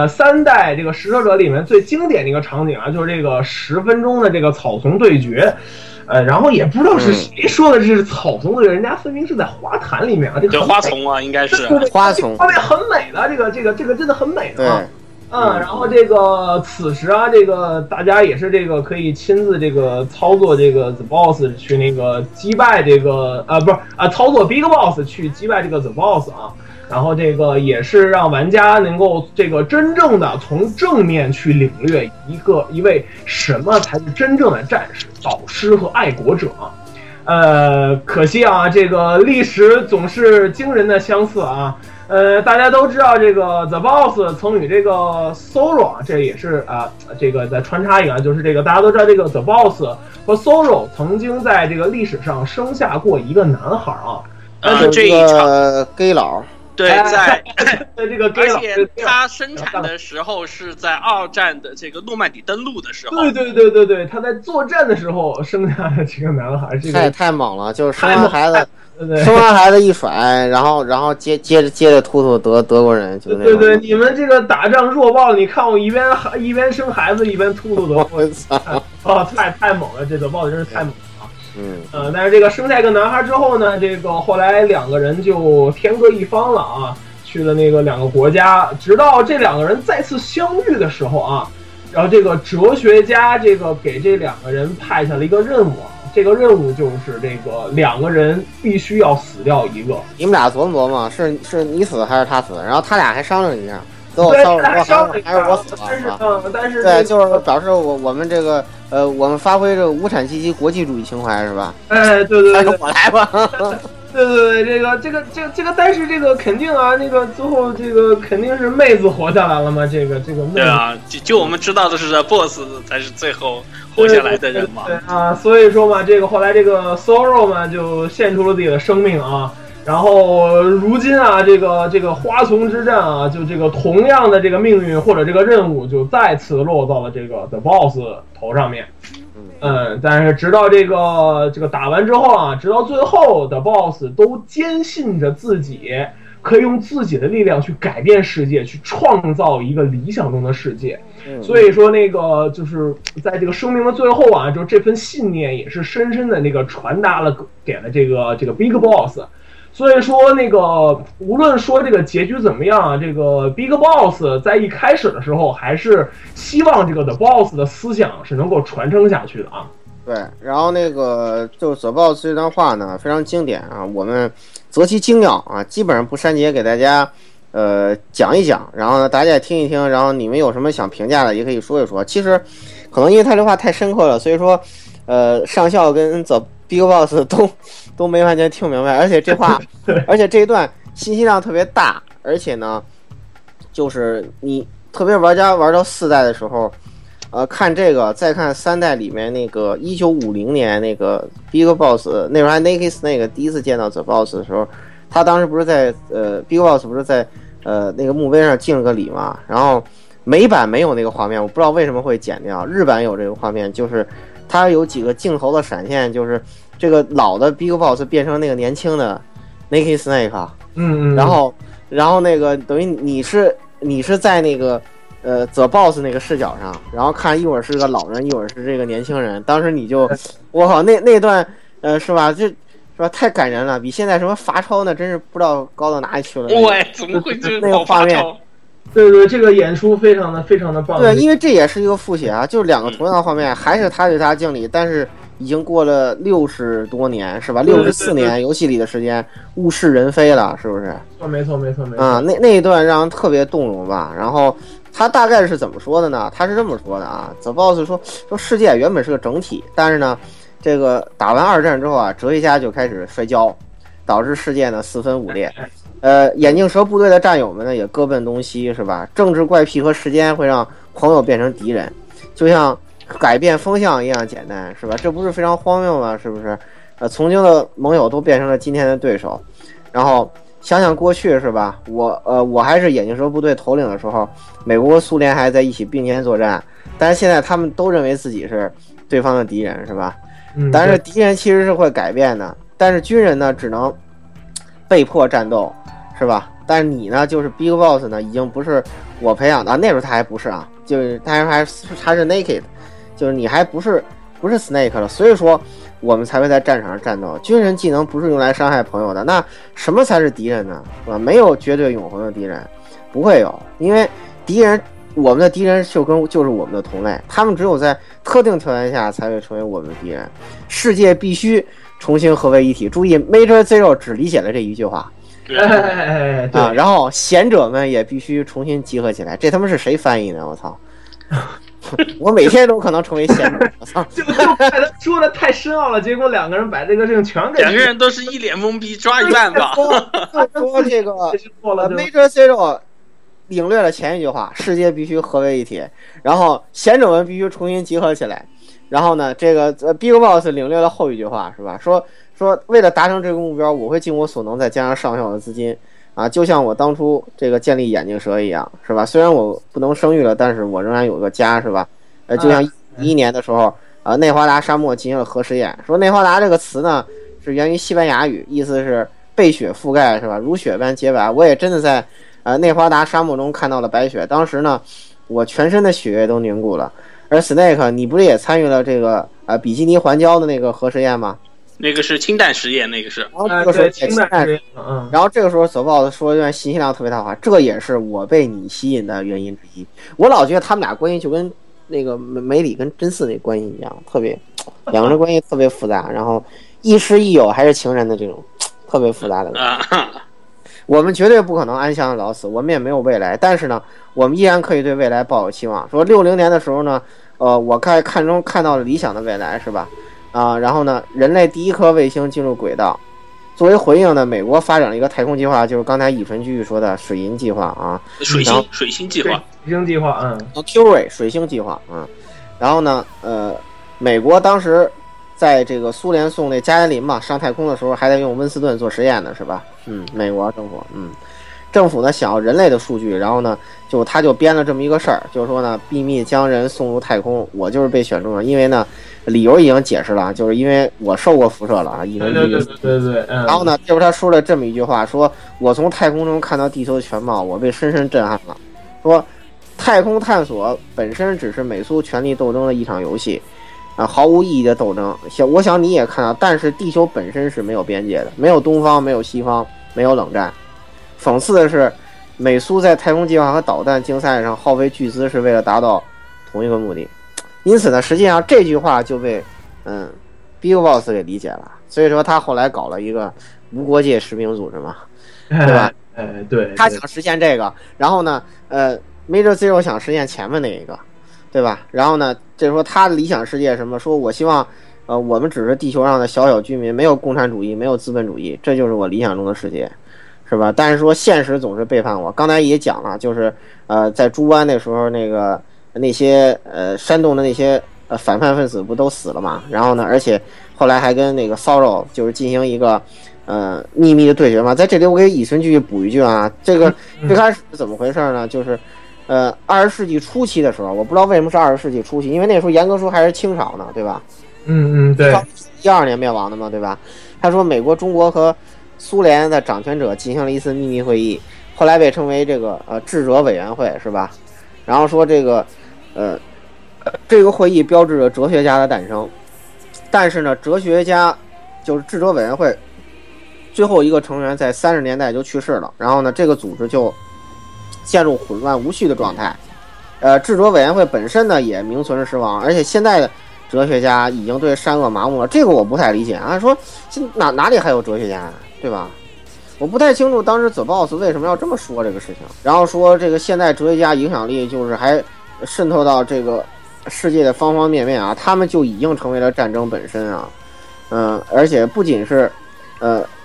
S6: 3代这个食蛇者里面最经典的一个场景啊，就是这个10分钟的这个草丛对决。然后也不知道是谁说的这是草丛的，人家分明是在花坛里面啊，这个
S4: 花丛啊，应该是
S2: 花丛，
S6: 画面很美的，这个真的很美的啊。然后这个此时啊，这个大家也是这个可以亲自这个操作这个 The Boss 去那个击败这个操作 Big Boss 去击败这个 The Boss 啊。然后这个也是让玩家能够这个真正的从正面去领略一位什么才是真正的战士、导师和爱国者啊。可惜啊，这个历史总是惊人的相似啊。大家都知道这个 The Boss 曾与这个 Zoro 啊，这也是这个再穿插一个，就是这个大家都知道这个 The Boss 和 Zoro 曾经在这个历史上生下过一个男孩啊。
S2: 这一场 gay 佬。
S4: 对，在
S6: 这个，
S4: 而且他生产的时候是在2战的这个诺曼底登陆的时候。
S6: 对，他在作战的时候生下的这个男孩，这个
S2: 太猛了，就是生完孩子一甩，然后接着突德国人，就那种。
S6: 对，你们这个打仗弱爆，你看我一边生孩子一边突德国，太猛了，这德爆真是太猛了。但是这个生下一个男孩之后呢，这个后来2个人就天各一方了啊，去了那个2个国家，直到这2个人再次相遇的时候啊，然后这个哲学家这个给这2个人派下了一个任务，这个任务就是这个2个人必须要死掉一个。
S2: 你们俩琢磨琢磨，是你死还是他死？然后他俩还商量一下。
S6: 对，
S2: 还是我死了，
S6: 但是
S2: 对，就是表示我们这个我们发挥这个无产阶级国际主义情怀是吧？
S6: 对，
S2: 还是我来吧。
S6: 对，这个，但是这个肯定啊，那个最后这个肯定是妹子活下来了嘛，这个妹子。
S4: 对啊，就我们知道的是 BOSS 才是最后活下来的人嘛。
S6: 对啊，所以说嘛，这个后来这个 Zoro 嘛就献出了自己的生命啊。然后如今啊，这个花丛之战啊，就这个同样的这个命运或者这个任务就再次落到了这个 The Boss 头上面。但是直到这个打完之后啊，直到最后 The Boss 都坚信着自己可以用自己的力量去改变世界，去创造一个理想中的世界。所以说那个就是在这个生命的最后啊，就这份信念也是深深的那个传达了给了这个 Big Boss。所以说那个无论说这个结局怎么样啊，这个 Big Boss 在一开始的时候还是希望这个 The Boss 的思想是能够传承下去的啊。
S2: 对，然后那个就 The Boss 这段话呢非常经典啊，我们择其精要啊，基本上不删节给大家讲一讲，然后呢大家也听一听，然后你们有什么想评价的也可以说一说。其实可能因为他这话太深刻了，所以说上校跟 The Big Boss 都没完全听明白，而且这一段信息量特别大，而且呢，就是你特别玩家玩到4代的时候，看这个再看3代里面那个1950年那个 Big Boss， 那时候还 Naked Snake 第一次见到 The Boss 的时候，他当时不是在Big Boss 不是在那个墓碑上敬了个礼嘛，然后美版没有那个画面，我不知道为什么会剪掉，日版有这个画面，就是它有几个镜头的闪现，就是这个老的 Big Boss 变成那个年轻的 Naked Snake， 然后那个等于你是在那个The Boss 那个视角上，然后看一会儿是个老人，一会儿是这个年轻人，当时你就我靠那段是吧，这是吧太感人了，比现在什么罚抄呢真是不知道高到哪里去了。
S4: 喂，怎么会就是
S2: 那个画面？
S6: 对，这个演出非常的棒。
S2: 对，因为这也是一个复写啊，就是2个同样的画面，还是他对他敬礼，但是已经过了60多年，是吧？64年游戏里的时间，物是人非了，是不是？
S6: 没错
S2: 啊，那一段让人特别动容吧。然后他大概是怎么说的呢？他是这么说的啊 ，The Boss 说世界原本是个整体，但是呢，这个打完2战之后啊，哲学家就开始摔跤。 导致世界呢四分五裂。眼镜蛇部队的战友们呢也各奔东西，是吧？政治怪癖和时间会让朋友变成敌人，就像改变风向一样简单，是吧？这不是非常荒谬吗？是不是？曾经的盟友都变成了今天的对手。然后想想过去，是吧？我还是眼镜蛇部队头领的时候，美国和苏联还在一起并肩作战，但是现在他们都认为自己是对方的敌人，是吧？但是敌人其实是会改变的，但是军人呢只能被迫战斗，是吧？但是你呢，就是 Big Boss 呢，已经不是我培养的啊，那时候他还不是啊，就是他是 Naked， 就是你还不是 Snake 了，所以说我们才会在战场上战斗。军人技能不是用来伤害朋友的，那什么才是敌人呢？是吧？没有绝对永恒的敌人，不会有，因为我们的敌人就是我们的同类，他们只有在特定条件下才会成为我们的敌人。世界必须重新合为一体。注意 ，Major Zero 只理解了这一句话。
S6: 对，
S2: 然后贤者们也必须重新集合起来。这他妈是谁翻译的？我操！我每天都可能成为贤者。我操！
S6: 就他说的太深奥了，结果两个人把这个事情全给
S4: 两个人都是一脸懵逼，抓一半吧。
S2: 说这个Major Zero 领略了前一句话，世界必须合为一体，然后贤者们必须重新集合起来。然后呢，这个Big Boss 领略了后一句话，是吧？说为了达成这个目标，我会尽我所能，再加上上校的资金啊，就像我当初这个建立眼镜蛇一样，是吧？虽然我不能生育了，但是我仍然有个家，是吧？就像2011年的时候，内华达沙漠进行了核实验，说内华达这个词呢是源于西班牙语，意思是被雪覆盖，是吧？如雪般洁白。我也真的在内华达沙漠中看到了白雪，当时呢，我全身的血液都凝固了。而 Snake， 你不是也参与了这个比基尼环礁的那个核实验吗？
S4: 那个是氢弹实验，那个是。
S2: 然后这个时候氢弹实验，然后这个时候走报说一段信息量特别大的话，这也是我被你吸引的原因之一。我老觉得他们俩关系就跟那个梅里跟真嗣那关系一样，特别两个人关系特别复杂，然后亦师亦友还是情人的这种特别复杂的。我们绝对不可能安详的老死，我们也没有未来，但是呢，我们依然可以对未来抱有期望。说60年的时候呢，我看到了理想的未来，是吧？然后呢，人类第一颗卫星进入轨道。作为回应呢，美国发展了一个太空计划，就是刚才以纯继续说的水银计划啊，
S4: 水星计划
S2: ，Curie 水星计划啊。然后呢，美国当时在这个苏联送那加耶林嘛上太空的时候，还在用温斯顿做实验呢，是吧？美国政府呢想要人类的数据，然后呢他就编了这么一个事儿，就是说呢秘密将人送入太空，我就是被选中了，因为呢理由已经解释了，就是因为我受过辐射了啊，
S6: 对。然
S2: 后呢就是他说了这么一句话，说我从太空中看到地球的全貌，我被深深震撼了。说太空探索本身只是美苏权力斗争的一场游戏。毫无意义的斗争，我想你也看到，但是地球本身是没有边界的，没有东方，没有西方，没有冷战。讽刺的是，美苏在太空计划和导弹竞赛上耗费巨资，是为了达到同一个目的。因此呢，实际上这句话就被Big Boss 给理解了，所以说他后来搞了一个无国界士兵组织嘛，对吧？
S6: 对，
S2: 他想实现这个，然后呢，Major Zero 想实现前面那一个。对吧？然后呢，这说他的理想世界什么？说我希望，我们只是地球上的小小居民，没有共产主义，没有资本主义，这就是我理想中的世界，是吧？但是说现实总是背叛我。刚才也讲了，就是在猪湾那时候，那些煽动的那些反叛分子不都死了嘛？然后呢，而且后来还跟那个骚扰就是进行一个秘密的对决嘛。在这里我给以纯继续补一句啊，这个最开始是怎么回事呢？就是20世纪初期的时候，我不知道为什么是20世纪初期，因为那时候严格说还是清朝呢，对吧？
S6: 对。
S2: 12年灭亡的嘛，对吧？他说美国、中国和苏联的掌权者进行了一次秘密会议，后来被称为这个智者委员会，是吧？然后说这个会议标志着哲学家的诞生，但是呢，哲学家就是智者委员会最后一个成员在30年代就去世了，然后呢，这个组织就陷入混乱无序的状态。智者委员会本身呢也名存实亡，而且现在的哲学家已经对善恶麻木了，这个我不太理解啊。说哪里还有哲学家呢，对吧？我不太清楚当时 The Boss 为什么要这么说这个事情。然后说这个现在哲学家影响力就是还渗透到这个世界的方方面面啊，他们就已经成为了战争本身啊。而且不仅是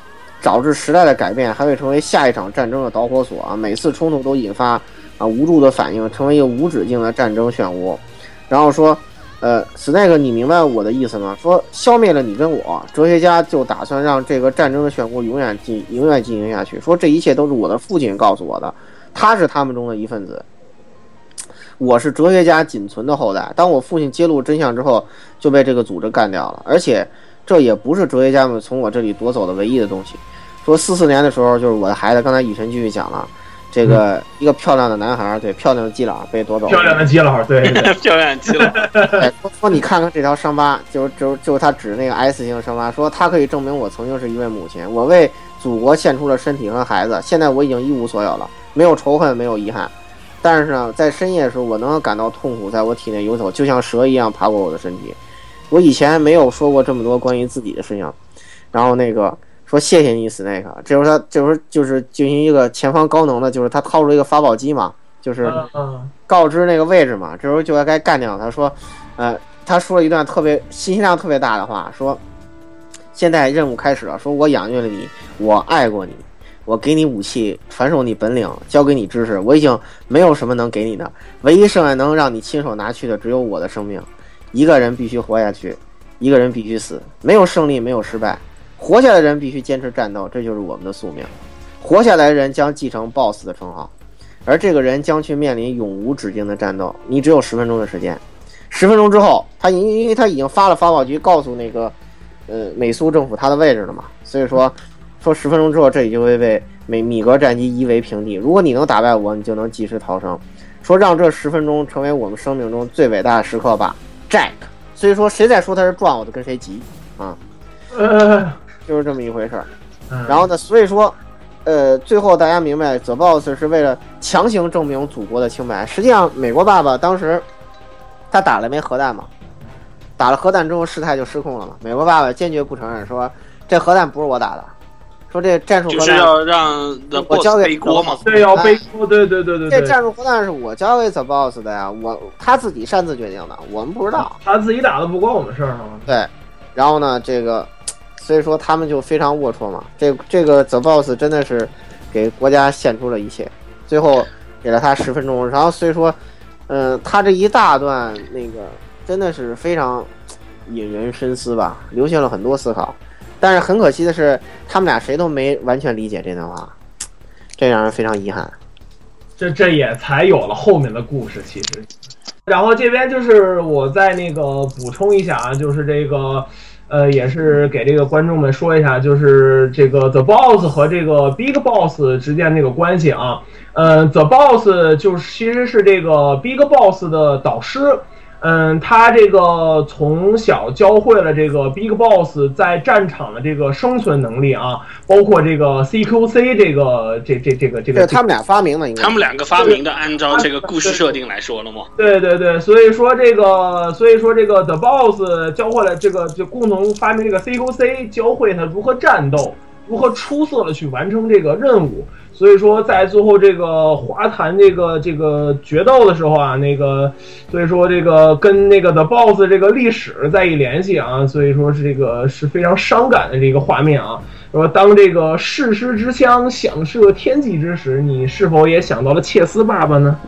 S2: 导致时代的改变，还会成为下一场战争的导火索啊！每次冲突都引发无助的反应，成为一个无止境的战争漩涡。然后说，Snake， 你明白我的意思吗？说消灭了你跟我，哲学家就打算让这个战争的漩涡永远进行下去。说这一切都是我的父亲告诉我的，他是他们中的一份子。我是哲学家仅存的后代，当我父亲揭露真相之后，就被这个组织干掉了。而且这也不是哲学家们从我这里夺走的唯一的东西。说44年的时候，就是我的孩子，刚才雨辰继续讲了，这个一个漂亮的男孩，对，漂亮的基佬被夺走了。
S6: 漂亮的基佬，对，
S4: 漂亮的基佬。
S2: 说你看看这条伤疤，就他指那个 S 型伤疤，说他可以证明我曾经是一位母亲，我为祖国献出了身体和孩子，现在我已经一无所有了，没有仇恨，没有遗憾。但是呢，在深夜的时候，我能感到痛苦在我体内游走，就像蛇一样爬过我的身体。我以前没有说过这么多关于自己的事情。然后那个说谢谢你 Snake， 这时候他就是进行一个前方高能的，就是他掏出一个发报机嘛，就是告知那个位置嘛。这时候就该干掉他。说，他说了一段特别信息量特别大的话，说现在任务开始了，说我养育了你，我爱过你。我给你武器，传授你本领，教给你知识，我已经没有什么能给你的，唯一剩下能让你亲手拿去的只有我的生命。一个人必须活下去，一个人必须死，没有胜利，没有失败，活下来的人必须坚持战斗，这就是我们的宿命。活下来的人将继承 BOSS 的称号，而这个人将去面临永无止境的战斗。你只有10分钟的时间，10分钟之后，因为他已经发了发报局告诉那个美苏政府他的位置了嘛，所以说10分钟之后，这里就会被米格战机夷为平地。如果你能打败我，你就能及时逃生。说让这10分钟成为我们生命中最伟大的时刻吧 ，Jack。所以说谁再说他是撞，我就跟谁急啊，就是这么一回事儿。然后呢，所以说，最后大家明白 ，The Boss 是为了强行证明祖国的清白。实际上，美国爸爸当时他打了枚核弹嘛，打了核弹之后事态就失控了嘛。美国爸爸坚决不承认，说这核弹不是我打的。说这战术核弹
S4: 就是要让 The Boss 背锅嘛？
S6: 对，要背锅，对。
S2: 这战术核弹是我交给 The Boss 的呀，他自己擅自决定的，我们不知道。
S6: 他自己打的不关我们事儿啊。
S2: 对，然后呢，这个，所以说他们就非常龌龊嘛。这个 The Boss 真的是给国家献出了一切，最后给了他10分钟，然后所以说，他这一大段那个真的是非常引人深思吧，留下了很多思考。但是很可惜的是，他们俩谁都没完全理解这段话，这让人非常遗憾。
S6: 这也才有了后面的故事，其实。然后这边就是我再那个补充一下啊，就是这个也是给这个观众们说一下，就是这个 The Boss 和这个 Big Boss 之间那个关系啊。The Boss 就是其实是这个 Big Boss 的导师。他这个从小教会了这个 Big Boss 在战场的这个生存能力啊，包括这个 CQC 这个
S2: 他们俩发明的，应该
S4: 他们两个发明的，按照这个故事设定来说了吗？
S6: 对，所以说这个 The Boss 教会了这个就共同发明这个 CQC， 教会他如何战斗，如何出色的去完成这个任务。所以说，在最后这个花坛这个决斗的时候啊，所以说这个跟那个 The Boss 这个历史再一联系啊，所以说是这个是非常伤感的这个画面啊。说当这个誓师之枪响射天际之时，你是否也想到了切斯爸爸呢？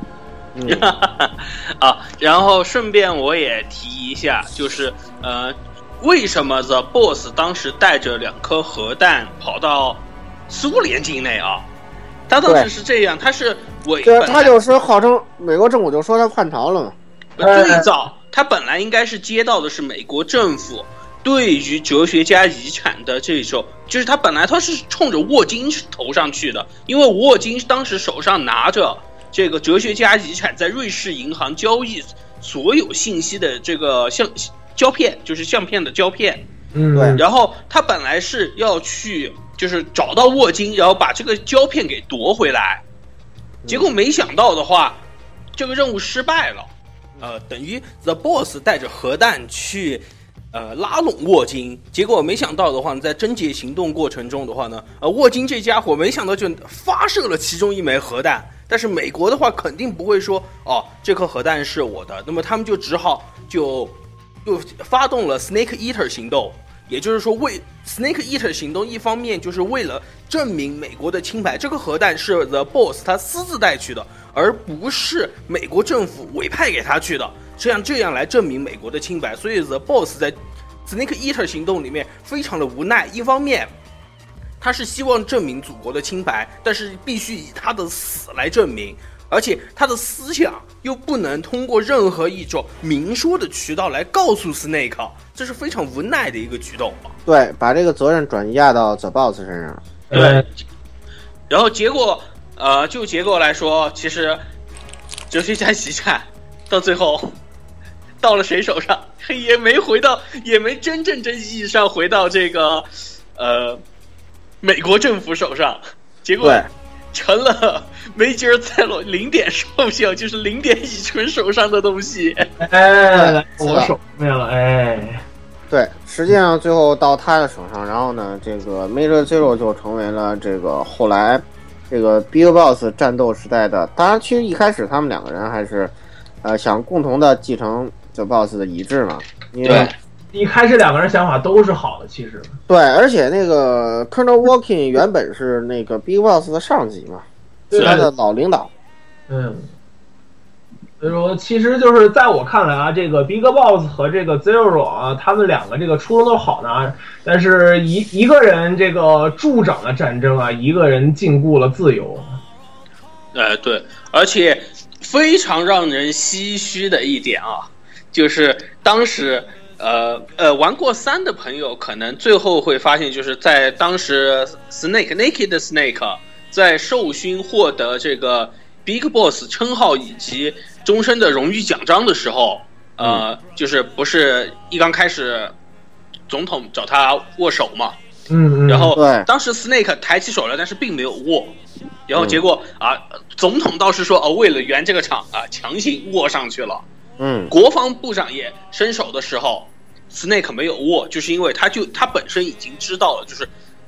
S4: 然后顺便我也提一下，就是为什么 The Boss 当时带着2颗核弹跑到苏联境内啊？他当时是这样，他是
S2: 他就是号称美国政府就说他叛朝了嘛。
S4: 最早他本来应该是接到的是美国政府对于哲学家遗产的这种，就是他本来他是冲着沃金投上去的，因为沃金当时手上拿着这个哲学家遗产在瑞士银行交易所有信息的这个胶片，就是相片的胶片。
S2: 对。
S4: 然后他本来是要去就是找到沃金，然后把这个胶片给夺回来，结果没想到的话，这个任务失败了。等于 The Boss 带着核弹去拉拢沃金，结果没想到的话，在侦解行动过程中的话呢，沃金这家伙没想到就发射了其中一枚核弹，但是美国的话肯定不会说这颗核弹是我的，那么他们就只好就发动了 Snake Eater 行动。 也就是说，为 Snake Eater 行动一方面就是为了证明美国的清白，这个核弹是 The Boss 他私自带去的，而不是美国政府委派给他去的，这样来证明美国的清白。所以 The Boss 在 Snake Eater 行动里面非常的无奈，一方面他是希望证明祖国的清白，但是必须以他的死来证明，而且他的思想又不能通过任何一种明说的渠道来告诉 Snake， 这是非常无奈的一个举动。
S2: 对，把这个责任转嫁到 The Boss 身上。
S4: 对，然后结果就结果来说，其实哲学家遗产到最后到了谁手上，也没真正意义上回到这个美国政府手上，结果成了Major Zero 零点少校，就是零点乙醇手上的东西。
S6: 我手面了，
S2: 对，实际上最后到他的手上，然后呢，这个 Major Zero 就成为了这个后来这个 Big Boss 战斗时代的。当然，其实一开始他们两个人还是想共同的继承 The Boss 的遗志嘛，因为
S6: 一开始两个人想法都是好的，其实
S2: 对，而且那个 Colonel Walking 原本是那个 Big Boss 的上级嘛，是他的老领导。
S6: 所以说，其实就是在我看来啊，这个 Big Boss 和这个 Zero 啊，他们两个这个初衷都好的，但是一个人这个助长了战争啊，一个人禁锢了自由。
S4: 对，而且非常让人唏嘘的一点啊，就是当时玩过3的朋友可能最后会发现，就是在当时 Naked Snake 在受勋获得这个 Big Boss 称号以及终身的荣誉奖章的时候，就是不是一刚开始总统找他握手嘛，然后当时 Snake 抬起手来，但是并没有握，然后结果总统倒是说为了圆这个场强行握上去了。国防部长也伸手的时候 ，Snake 没有握，就是因为他本身已经知道了，就是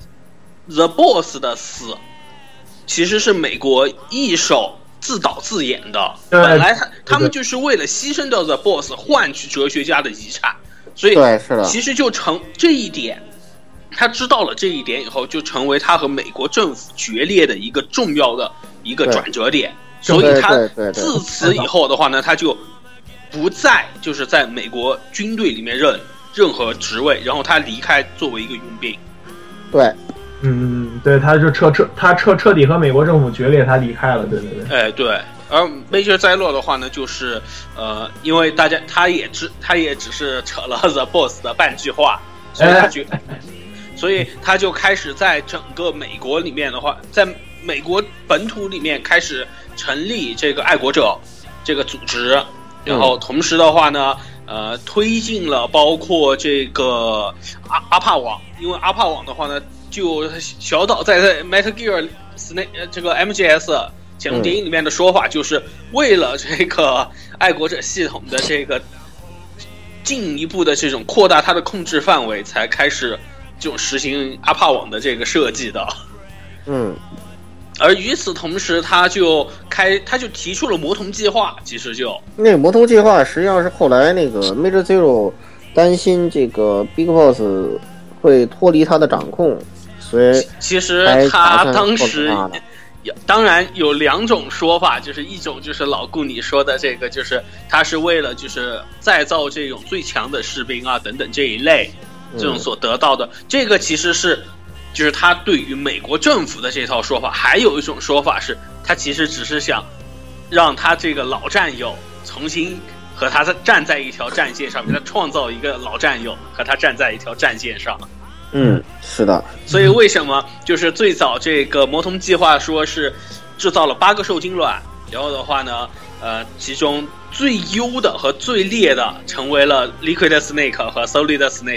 S4: The Boss 的死其实是美国一手自导自演的。本来他们就是为了牺牲掉 The Boss 换取哲学家的遗产，所以其实就成这一点，他知道了这一点以后，就成为他和美国政府决裂的一个重要的一个转折点。所以他自此以后的话呢，他就不再就是在美国军队里面任何职位，然后他离开作为一个佣兵。
S2: 对，
S6: 对，他就彻底和美国政府决裂，他离开了，对。
S4: 对。而 Major Zero 的话呢，就是因为他也只是扯了 The Boss 的半句话，所以他就开始在整个美国里面的话，在美国本土里面开始成立这个爱国者这个组织。然后同时的话呢，推进了包括这个阿帕网，因为阿帕网的话呢，就小岛在 Metal Gear 这个 MGS 潜龙谍影里面的说法，就是为了这个爱国者系统的这个进一步的这种扩大它的控制范围，才开始这种实行阿帕网的这个设计的。而与此同时，他就提出了魔童计划。其实那
S2: 个魔童计划实际上是后来那个 Major Zero 担心这个 Big Boss 会脱离他的掌控，所以
S4: 其实他当时当然有2种说法，就是一种就是老顾你说的这个，就是他是为了就是再造这种最强的士兵等等这一类这种所得到的，这个其实是就是他对于美国政府的这套说法。还有一种说法是，他其实只是想让他这个老战友重新和他站在一条战线上面，他创造一个老战友和他站在一条战线上。
S2: 是的。
S4: 所以为什么就是最早这个魔童计划说是制造了8个受精卵，然后的话呢，其中最优的和最劣的成为了 Liquid Snake 和 Solid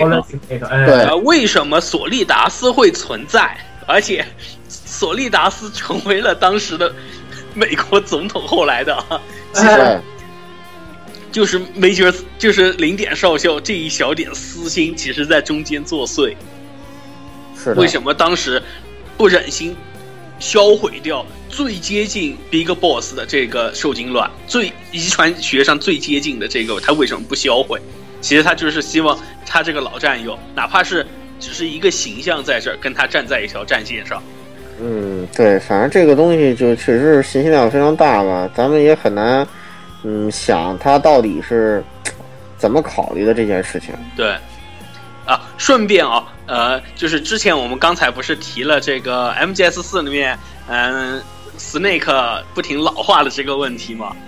S4: Snake。为什么索利达斯会存在？而且索利达斯成为了当时的美国总统后来的，其实就是 Major 就是零点少校这一小点私心，其实在中间作祟。
S2: 是的。
S4: 为什么当时不忍心销毁掉最接近 Big Boss 的这个受精卵，最遗传学上最接近的这个，他为什么不销毁？ 其实他就是希望他这个老战友，哪怕是只是一个形象在这儿，跟他站在一条战线上。
S2: 对，反正这个东西就确实是信息量非常大吧，咱们也很难，想他到底是怎么考虑的这件事情。
S4: 对，顺便就是之前我们刚才不是提了这个 MGS4 里面，Snake 不停老化的这个问题吗？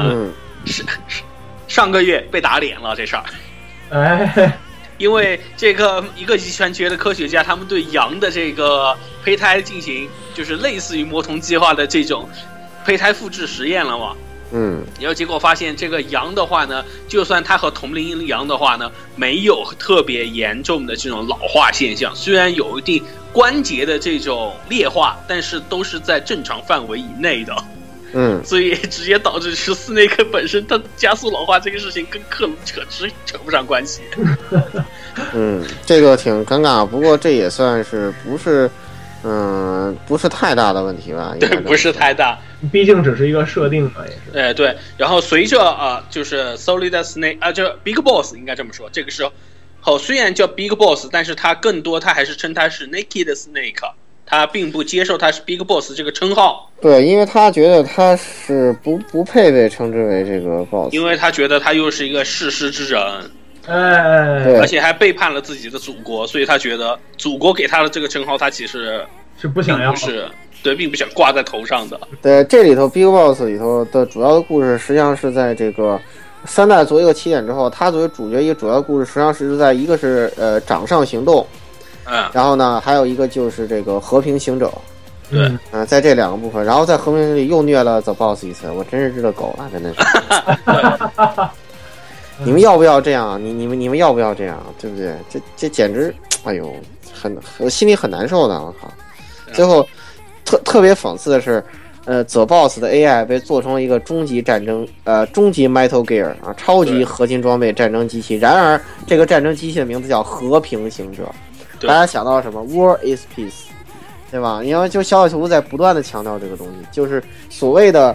S4: 上个月被打脸了这事儿。因为这个一个遗传学的科学家，他们对羊的这个胚胎进行就是类似于魔童计划的这种胚胎复制实验了嘛。然后结果发现这个羊的话呢，就算它和同龄羊的话呢，没有特别严重的这种老化现象，虽然有一定关节的这种裂化，但是都是在正常范围以内的。所以直接导致是斯内克本身它加速老化这个事情跟克隆扯不上关系。
S2: 这个挺尴尬，不过这也算是不是太大的问题吧？
S4: 对，不是太大，
S6: 毕竟只是一个设定嘛，也是。
S4: 对。然后随着就是 Solid Snake 就 Big Boss 应该这么说，这个时候虽然叫 Big Boss， 但是他更多他还是称他是 Naked Snake。他并不接受他是 Big Boss 这个称号，
S2: 对，因为他觉得他是不配被称之为这个 Boss，
S4: 因为他觉得他又是一个世事之人，
S2: 对，
S4: 而且还背叛了自己的祖国，所以他觉得祖国给他的这个称号，他其实
S6: 是不想要，
S4: 并不想挂在头上的。
S2: 对，这里头 Big Boss 里头的主要的故事，实际上是在这个3代做一个起点之后，他作为主角一个主要的故事，实际上是在一个是掌上行动。然后呢，还有一个就是这个和平行者，
S4: 对，
S2: 在这2个部分，然后在和平里又虐了 The Boss 一次，我真是知道狗了，真的是。你们要不要这样？你们要不要这样？对不对？这简直，哎呦，我心里很难受的，我靠！最后特别讽刺的是，The Boss 的 AI 被做成了一个终极战争，终极 Metal Gear 超级合金装备战争机器。然而，这个战争机器的名字叫和平行者。大家想到什么 ？War is peace， 对吧？因为就小小图在不断的强调这个东西，就是所谓的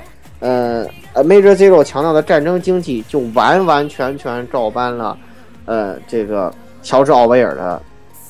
S2: Major Zero 强调的战争经济，就完完全全照搬了这个乔治奥威尔的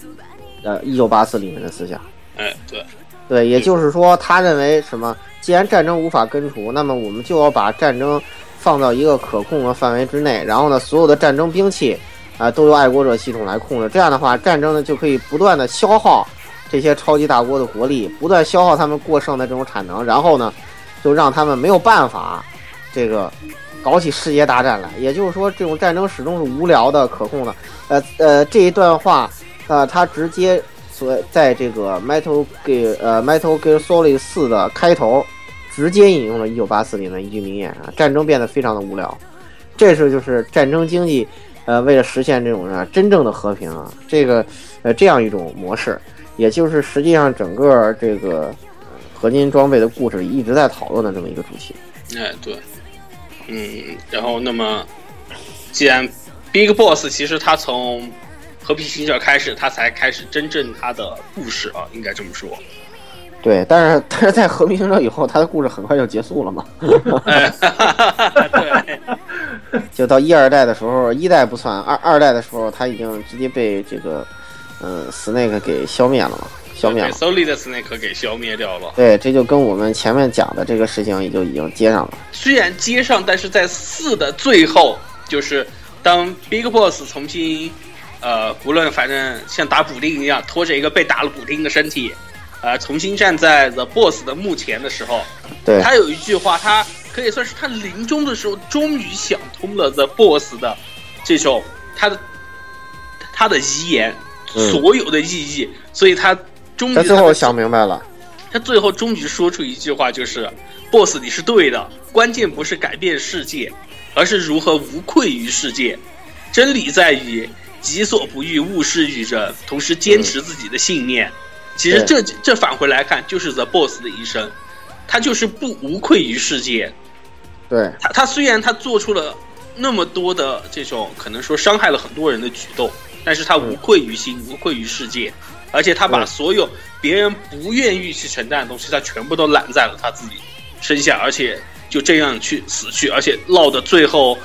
S2: 1984里面的思想。对，也就是说，他认为什么？既然战争无法根除，那么我们就要把战争放到一个可控的范围之内，然后呢，所有的战争兵器。都由爱国者系统来控制，这样的话，战争呢就可以不断的消耗这些超级大国的国力，不断消耗他们过剩的这种产能，然后呢，就让他们没有办法这个搞起世界大战来。也就是说，这种战争始终是无聊的、可控的。这一段话，他直接在这个 Metal Gear Solid 4的开头，直接引用了1984里的一句名言啊：战争变得非常的无聊。这就是战争经济。为了实现这种真正的和平啊，这样一种模式，也就是实际上整个这个合金装备的故事里一直在讨论的这么一个主题。
S4: 对，然后那么，既然 Big Boss 其实他从和平行者开始，他才开始真正他的故事啊，应该这么说。
S2: 对，但是在和平行者以后，他的故事很快就结束了嘛。
S4: 对。
S2: 就到1、2代的时候，1代不算，2代的时候，他已经直接被这个Snake 给消灭了嘛，消灭了
S4: ，Solid 的 Snake 给消灭掉了。
S2: 对，这就跟我们前面讲的这个事情也就已经接上了。
S4: 虽然接上，但是在4的最后，就是当 Big Boss 重新不论反正像打补丁一样，拖着一个被打了补丁的身体，重新站在 The Boss 的墓前的时候，
S2: 对，
S4: 他有一句话，他可以算是他临终的时候终于想通了 The Boss 的这种他的遗言，所有的意义，所以他终于
S2: 他最后想明白了，
S4: 他最后终于说出一句话，就是 Boss 你是对的，关键不是改变世界，而是如何无愧于世界，真理在于己所不欲，勿施于人，同时坚持自己的信念。其实这返回来看，就是 The Boss 的一生，他就是无愧于世界。
S2: 对，
S4: 他虽然他做出了那么多的这种可能说伤害了很多人的举动，但是他无愧于心，无愧于世界，而且他把所有别人不愿意去承担的东西，他全部都揽在了他自己身下，而且就这样去死去，而且落的最后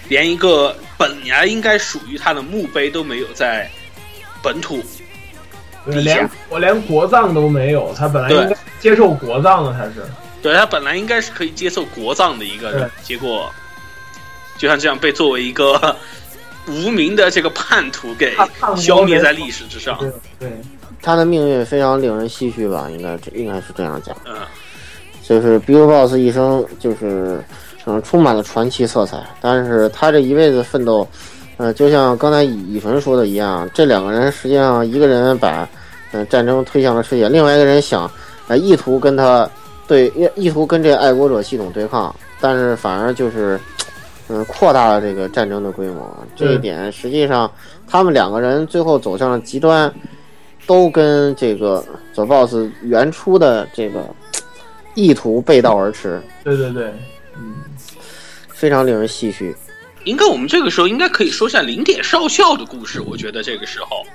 S4: 连一个本来应该属于他的墓碑都没有在本土地下，
S6: 连国葬都没有，他本来应该接受国葬的，他
S4: 本来应该是可以接受国葬的一个人，结果就像这样被作为一个无名的这个叛徒给消灭在历史之上。
S6: 对，
S2: 他的命运非常令人唏嘘吧，应该是这样讲。就是 Big Boss 一生就是充满了传奇色彩，但是他这一辈子奋斗，就像刚才以纯说的一样，这两个人实际上一个人把战争推向了世界，另外一个人想意图跟这个爱国者系统对抗，但是反而就是扩大了这个战争的规模。这一点实际上他们两个人最后走向了极端，都跟这个 The Boss 原初的这个意图背道而驰。
S6: 对，
S2: 非常令人唏嘘。
S4: 应该我们这个时候应该可以说一下零点少校的故事。我觉得这个时候，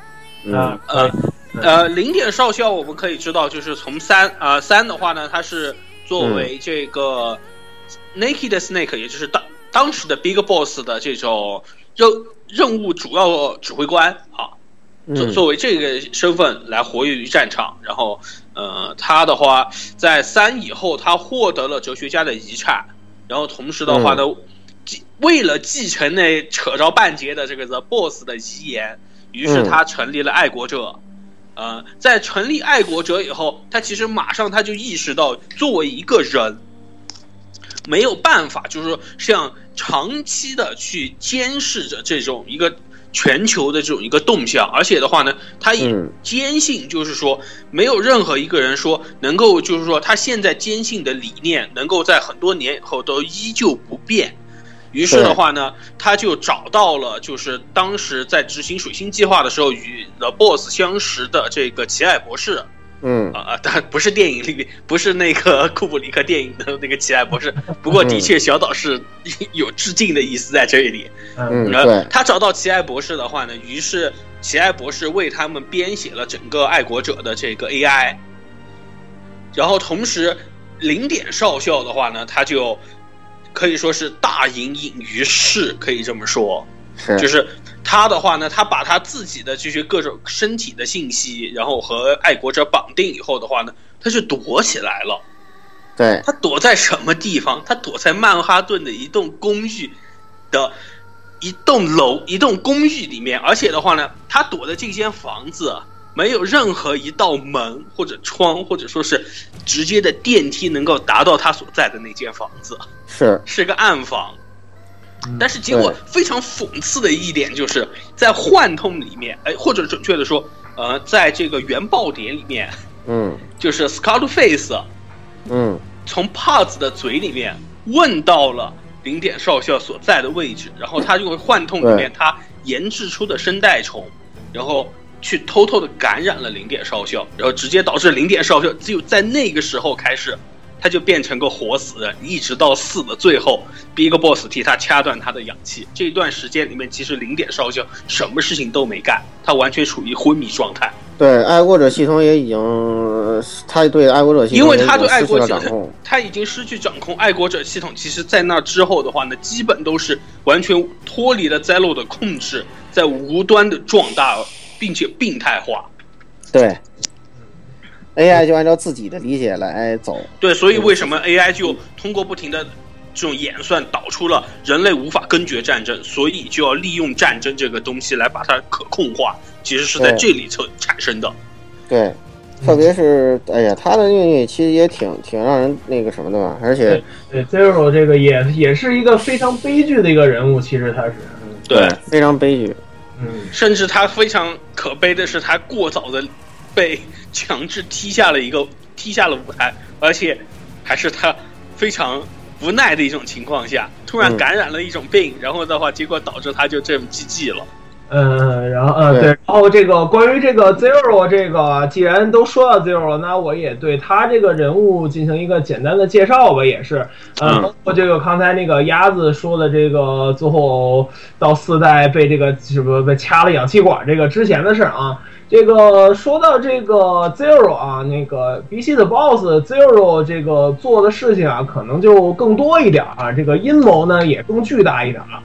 S4: 零点少校我们可以知道，就是从三的话呢，他是作为这个 Naked Snake， 也就是当时的 Big Boss 的这种任务主要指挥官啊，作为这个身份来活跃于战场。然后他的话在3以后，他获得了哲学家的遗产，然后同时的话呢，为了继承那扯着半截的这个 The Boss 的遗言，于是他成立了爱国者。在成立爱国者以后，他其实马上他就意识到，作为一个人没有办法就是说像长期的去监视着这种一个全球的这种一个动向，而且的话呢，他也坚信就是说没有任何一个人说能够就是说他现在坚信的理念能够在很多年以后都依旧不变。于是的话呢，他就找到了就是当时在执行水星计划的时候与 The Boss 相识的这个奇艾博士。当然不是电影里面，不是那个库布里克电影的那个奇艾博士，不过的确小岛是有致敬的意思在这里。他找到奇艾博士的话呢，于是奇艾博士为他们编写了整个爱国者的这个 AI。然后同时零点少校的话呢，他就可以说是大隐隐于市，可以这么说。就是他的话呢，他把他自己的这些各种身体的信息，然后和爱国者绑定以后的话呢，他就躲起来了。
S2: 对，
S4: 他躲在什么地方？他躲在曼哈顿的一栋公寓的一栋公寓里面，而且的话呢，他躲的这间房子没有任何一道门或者窗，或者说是直接的电梯能够达到他所在的那间房子，是个暗房。但是结果非常讽刺的一点就是在幻痛里面，或者准确的说，在这个原爆点里面，就是 Scarface，从帕子的嘴里面问到了零点少校所在的位置，然后他就幻痛里面他研制出的声带虫，然后去偷偷的感染了零点少校，然后直接导致零点少校只有在那个时候开始，他就变成个活死人，一直到4的最后 Big Boss 替他掐断他的氧气。这段时间里面其实零点少校什么事情都没干，他完全处于昏迷状态。
S2: 对，爱国者系统也已经，他对爱国者系统，
S4: 因为他对爱国者他已经失去掌控。爱国者系统其实在那之后的话呢，基本都是完全脱离了 Zero 的控制，在无端的壮大并且病态化。
S2: 对，AI 就按照自己的理解来走。
S4: 对，所以为什么 AI 就通过不停的这种演算导出了人类无法根绝战争，所以就要利用战争这个东西来把它可控化，其实是在这里产生的。
S2: 对，特别是他的命运其实也挺让人那个什么的吧，而且
S6: 对 Zero 这个也是一个非常悲剧的一个人物，其实他是
S4: 对
S2: 非常悲剧。
S4: 甚至他非常可悲的是，他过早的被强制踢下了舞台，而且还是他非常无奈的一种情况下，突然感染了一种病，然后的话，结果导致他就这么 GG 了。
S6: 然后这个关于这个 Zero 这个，既然都说到 Zero， 那我也对他这个人物进行一个简单的介绍吧，也是，包括这个刚才那个鸭子说的这个最后到4代被这个是不是被掐了氧气管这个之前的事啊。这个说到这个 Zero 啊，那个比起的 Boss Zero 这个做的事情啊，可能就更多一点啊，这个阴谋呢也更巨大一点了。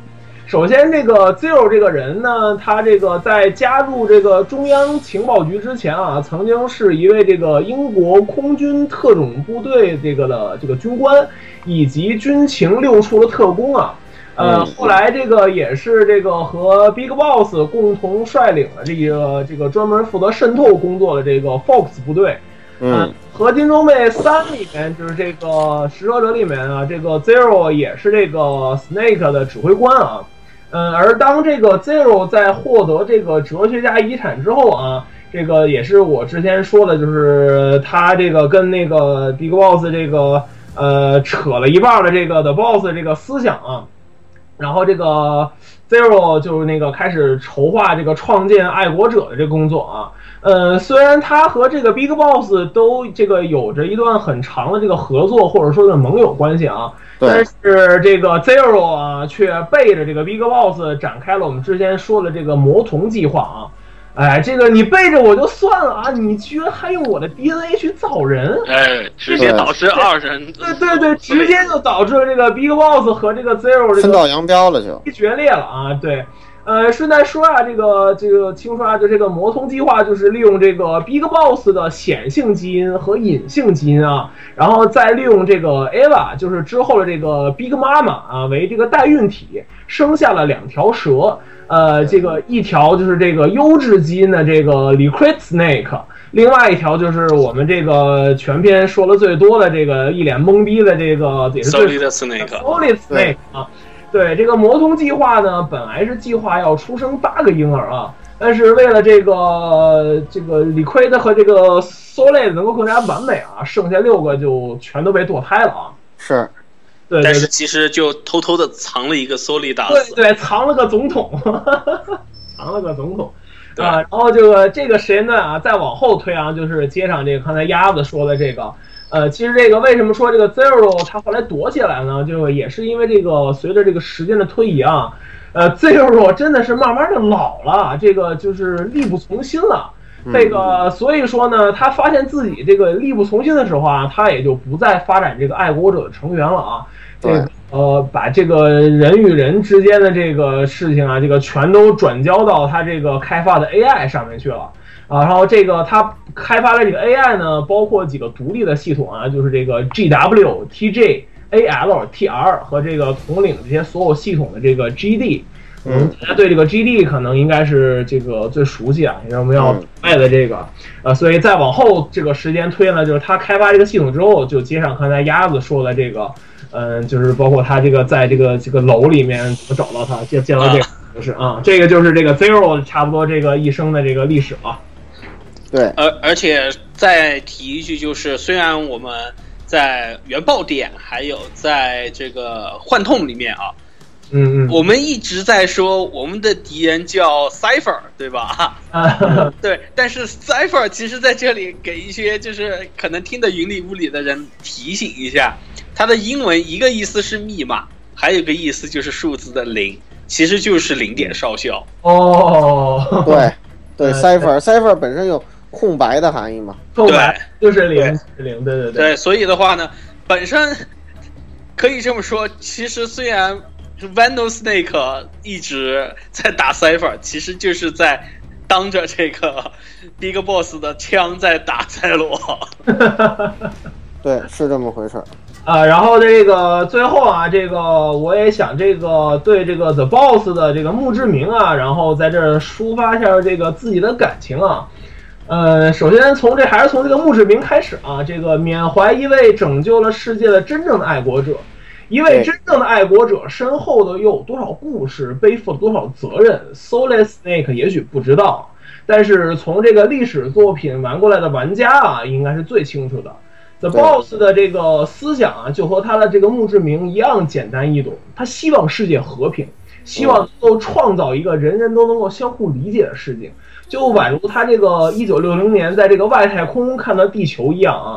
S6: 首先这个 Zero 这个人呢，他这个在加入这个中央情报局之前啊，曾经是一位这个英国空军特种部队这个军官，以及军情六处的特工啊。后来这个也是这个和 Big Boss 共同率领了这个专门负责渗透工作的这个 Fox 部队。合金装备3里面就是这个食蛇者里面啊，这个 Zero 也是这个 Snake 的指挥官啊。而当这个 Zero 在获得这个哲学家遗产之后啊，这个也是我之前说的，就是他这个跟那个 Big Boss 这个扯了一半的这个的 Boss 这个思想啊。然后这个 Zero 就是那个开始筹划这个创建爱国者的这个工作啊。虽然他和这个 Big Boss 都这个有着一段很长的这个合作或者说是盟友关系啊，但是这个 Zero 啊却背着这个 Big Boss 展开了我们之前说的这个魔童计划啊。哎，这个你背着我就算了啊，你居然还用我的 DNA 去造人，
S4: 直接导致2人，
S6: 对，直接就导致了这个 Big Boss 和这个 Zero 这个
S2: 分道扬镳了，就
S6: 决裂了啊，对。顺带说啊，这个听说啊，就这个魔童计划就是利用这个 Big Boss 的显性基因和隐性基因啊，然后再利用这个 Eva， 就是之后的这个 Big Mama 啊为这个代孕体，生下了2条蛇，这个一条就是这个优质基因的这个 Liquid Snake， 另外一条就是我们这个全篇说的最多的这个一脸懵逼的这个也是
S4: Solid Snake
S6: 啊。对，这个魔童计划呢，本来是计划要出生8个婴儿啊，但是为了这个李逵的和这个 Solid 能够更加完美啊，剩下6个就全都被堕胎了啊。
S2: 是，
S6: 对，
S4: 但是其实就偷偷的藏了一个 Solid，
S6: 对，藏了个总统，藏了个总统。然后这个时间段啊，再往后推啊，就是接上这个刚才鸭子说的这个。其实这个为什么说这个 Zero 他后来躲起来呢？就也是因为这个随着这个时间的推移啊，Zero 真的是慢慢的老了，这个就是力不从心了。这个所以说呢，他发现自己这个力不从心的时候啊，他也就不再发展这个爱国者的成员了啊。这个把这个人与人之间的这个事情啊，这个全都转交到他这个开发的 AI 上面去了。然后这个他开发的这个 AI 呢，包括几个独立的系统啊，就是这个 GW、TJ、AL、TR 和这个统领这些所有系统的这个 GD。大家对这个 GD 可能应该是这个最熟悉啊，因为我们要卖的这个所以再往后这个时间推呢，就是他开发这个系统之后，就接上刚才鸭子说的这个，就是包括他这个在这个楼里面怎么找到他，见到这个就是这个就是这个 Zero 差不多这个一生的这个历史了。
S2: 对，
S4: 而且再提一句，就是虽然我们在原爆点还有在这个幻痛里面啊，我们一直在说我们的敌人叫 Cipher， 对吧？对，但是 Cipher 其实在这里给一些就是可能听得云里雾里的人提醒一下，它的英文一个意思是密码，还有一个意思就是数字的0，其实就是0点少校。
S2: 对，Cipher 本身有空白的含义嘛？
S6: 空白就是0，对，
S4: 所以的话呢，本身可以这么说，其实虽然 Vandal Snake 一直在打 Cipher， 其实就是在当着这个 Big Boss 的枪在打赛罗。
S2: 对，是这么回事。
S6: 然后这个最后啊，这个我也想这个对这个 The Boss 的这个墓志铭啊，然后在这儿抒发一下这个自己的感情啊。首先还是从这个墓志铭开始啊，这个缅怀一位拯救了世界的真正的爱国者，一位真正的爱国者身后的又有多少故事，背负了多少责任 ，Solid Snake 也许不知道，但是从这个历史作品玩过来的玩家啊，应该是最清楚的。The Boss 的这个思想啊，就和他的这个墓志铭一样简单易懂，他希望世界和平，希望能够创造一个人人都能够相互理解的世界。就宛如他这个1960年在这个外太空看到地球一样啊，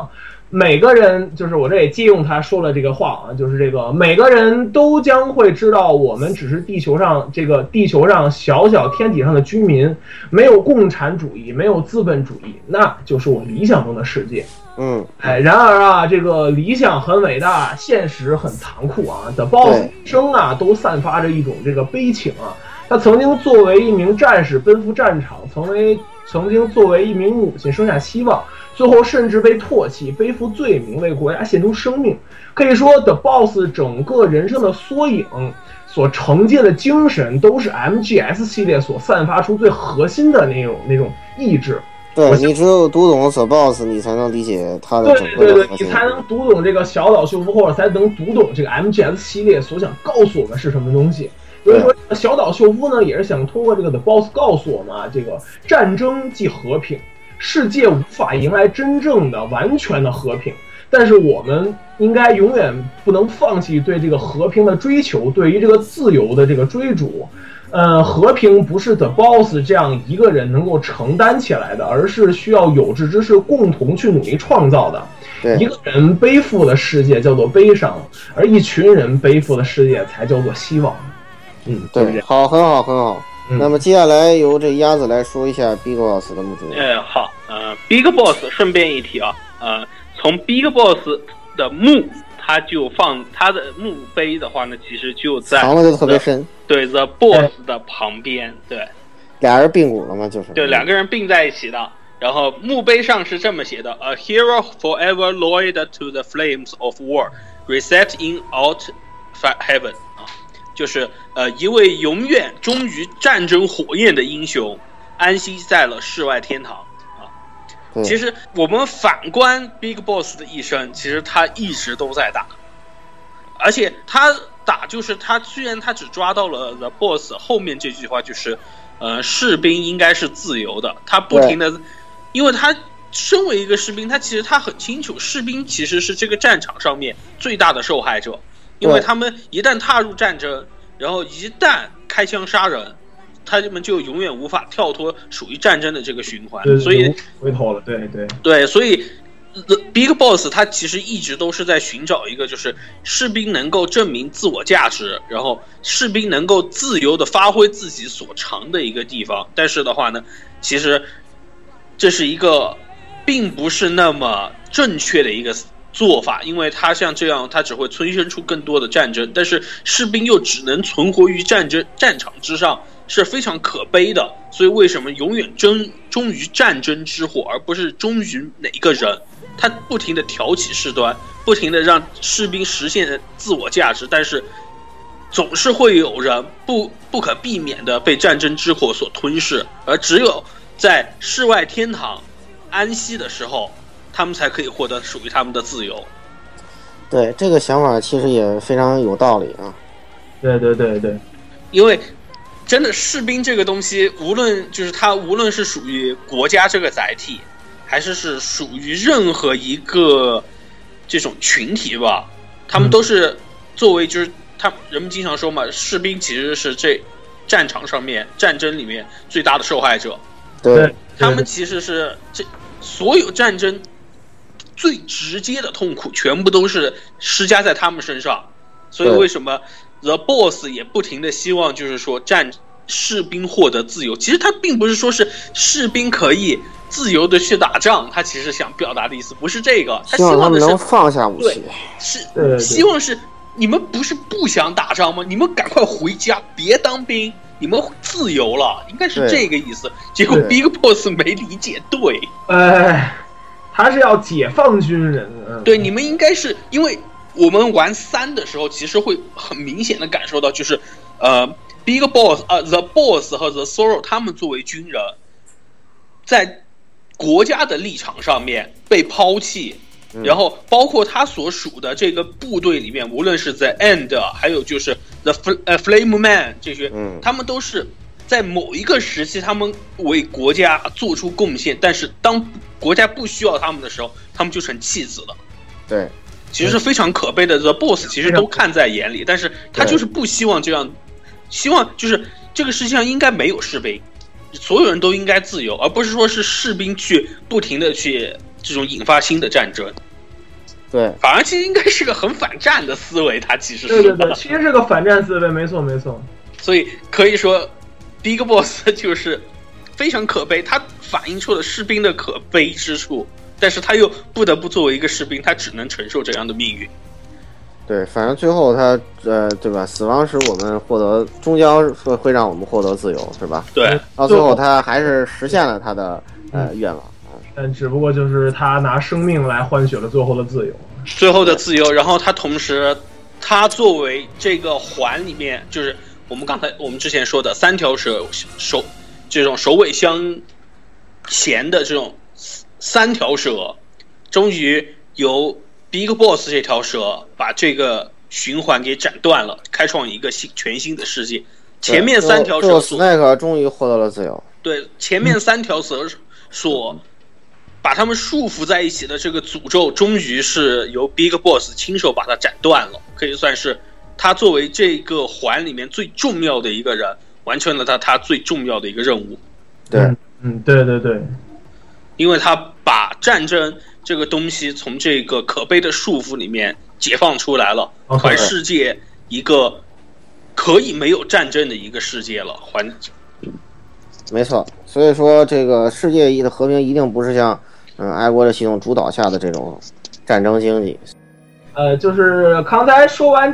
S6: 每个人，就是我这也借用他说了这个话啊，就是这个每个人都将会知道，我们只是地球上小小天体上的居民，没有共产主义，没有资本主义，那就是我理想中的世界。然而啊，这个理想很伟大，现实很残酷啊。The Boss 一生啊，都散发着一种这个悲情啊。他曾经作为一名战士奔赴战场，曾经作为一名母亲生下希望，最后甚至被唾弃，背负罪名，为国家献出生命。可以说 The Boss 整个人生的缩影，所承接的精神，都是 MGS 系列所散发出最核心的那种意志。
S2: 对，你只有读懂 The Boss， 你才能理解他的整个的核心。
S6: 你才能读懂这个小岛秀夫，或者才能读懂这个 MGS 系列所想告诉我们是什么东西。所以说，小岛秀夫呢，也是想通过这个 The Boss 告诉我们啊，这个战争即和平，世界无法迎来真正的完全的和平，但是我们应该永远不能放弃对这个和平的追求，对于这个自由的这个追逐。和平不是 The Boss 这样一个人能够承担起来的，而是需要有志之士共同去努力创造的。一个人背负的世界叫做悲伤，而一群人背负的世界才叫做希望。
S2: 对，好，很好，很好。那么接下来由这鸭子来说一下 Big Boss 的墓主。
S4: 好，Big Boss 顺便一提啊，从 Big Boss 的墓，他就放他的墓碑的话呢，其实就在
S2: 藏的就特别深。
S4: 对 The Boss 的旁边，对，
S2: 俩人并骨了嘛，就是
S4: 对，两个人并在一起的。然后墓碑上是这么写的 ：A hero forever loyal to the flames of war, reset in out heaven 啊，就是一位永远忠于战争火焰的英雄，安息在了世外天堂啊。其实我们反观 Big Boss 的一生，其实他一直都在打，而且他打就是他虽然他只抓到了 The Boss 后面这句话，就是士兵应该是自由的，他不停的，因为他身为一个士兵，他其实他很清楚，士兵其实是这个战场上面最大的受害者，因为他们一旦踏入战争，然后一旦开枪杀人，他们就永远无法跳脱属于战争的这个循环，所以
S6: 回头了，对，
S4: 所以Big Boss 他其实一直都是在寻找一个就是士兵能够证明自我价值，然后士兵能够自由的发挥自己所长的一个地方。但是的话呢，其实这是一个并不是那么正确的一个做法，因为他像这样他只会催生出更多的战争，但是士兵又只能存活于战场之上，是非常可悲的。所以为什么永远忠于战争之火，而不是忠于哪一个人？他不停地挑起事端，不停地让士兵实现自我价值，但是总是会有人不可避免地被战争之火所吞噬，而只有在世外天堂安息的时候，他们才可以获得属于他们的自由。
S2: 对，这个想法其实也非常有道理啊。
S6: 对，
S4: 因为真的士兵这个东西，无论是属于国家这个载体，还是属于任何一个这种群体吧，他们都是作为就是人们经常说嘛，士兵其实是这战场上面战争里面最大的受害者。
S2: 对，
S4: 他们其实是这所有战争最直接的痛苦全部都是施加在他们身上，所以为什么 The Boss 也不停的希望就是说士兵获得自由。其实他并不是说是士兵可以自由的去打仗，他其实想表达的意思不是这个，他希望的是
S2: 能放下武器，
S4: 是希望是你们不是不想打仗吗？你们赶快回家，别当兵，你们自由了，应该是这个意思。结果 Big Boss 没理解对，
S6: 他是要解放军人。
S4: 对，你们应该是因为我们玩3的时候，其实会很明显的感受到，就是Big Boss The Boss 和 The Sorrow 他们作为军人，在国家的立场上面被抛弃，然后包括他所属的这个部队里面，无论是 The End 还有就是 The Flame Man 这些，他们都是在某一个时期他们为国家做出贡献，但是当国家不需要他们的时候，他们就成弃子了。
S2: 对，
S4: 其实是非常可悲的。The Boss 其实都看在眼里，但是他就是不希望这样，希望就是这个世界上应该没有士兵，所有人都应该自由，而不是说是士兵去不停的去这种引发新的战争。
S2: 对，
S4: 反而其实应该是个很反战的思维，他其实
S6: 是对，其实是个反战思维，没错。
S4: 所以可以说 ，Big Boss 就是非常可悲，他反映出了士兵的可悲之处，但是他又不得不作为一个士兵，他只能承受这样的命运。
S2: 对，反正最后他对吧？死亡使我们获得，终将会让我们获得自由，是吧？
S4: 对，
S2: 到最后他还是实现了他的愿望。
S6: 但只不过就是他拿生命来换取了最后的自由，
S4: 然后他同时，他作为这个环里面，就是我们之前说的3条蛇这种首尾相衔的这种3条蛇，终于由 Big Boss 这条蛇把这个循环给斩断了，开创一个全新的世界。前面3条蛇
S2: Snake 终于获得了自由。
S4: 对，前面3条蛇所把他们束缚在一起的这个诅咒，终于是由 Big Boss 亲手把它斩断了，可以算是他作为这个环里面最重要的一个人，完成了他最重要的一个任务。
S2: 对，
S6: 对，
S4: 因为他把战争这个东西从这个可悲的束缚里面解放出来了，还世界一个可以没有战争的一个世界了，
S2: 没错。所以说这个世界的和平一定不是像爱国者系统主导下的这种战争经济。
S6: 就是刚才说完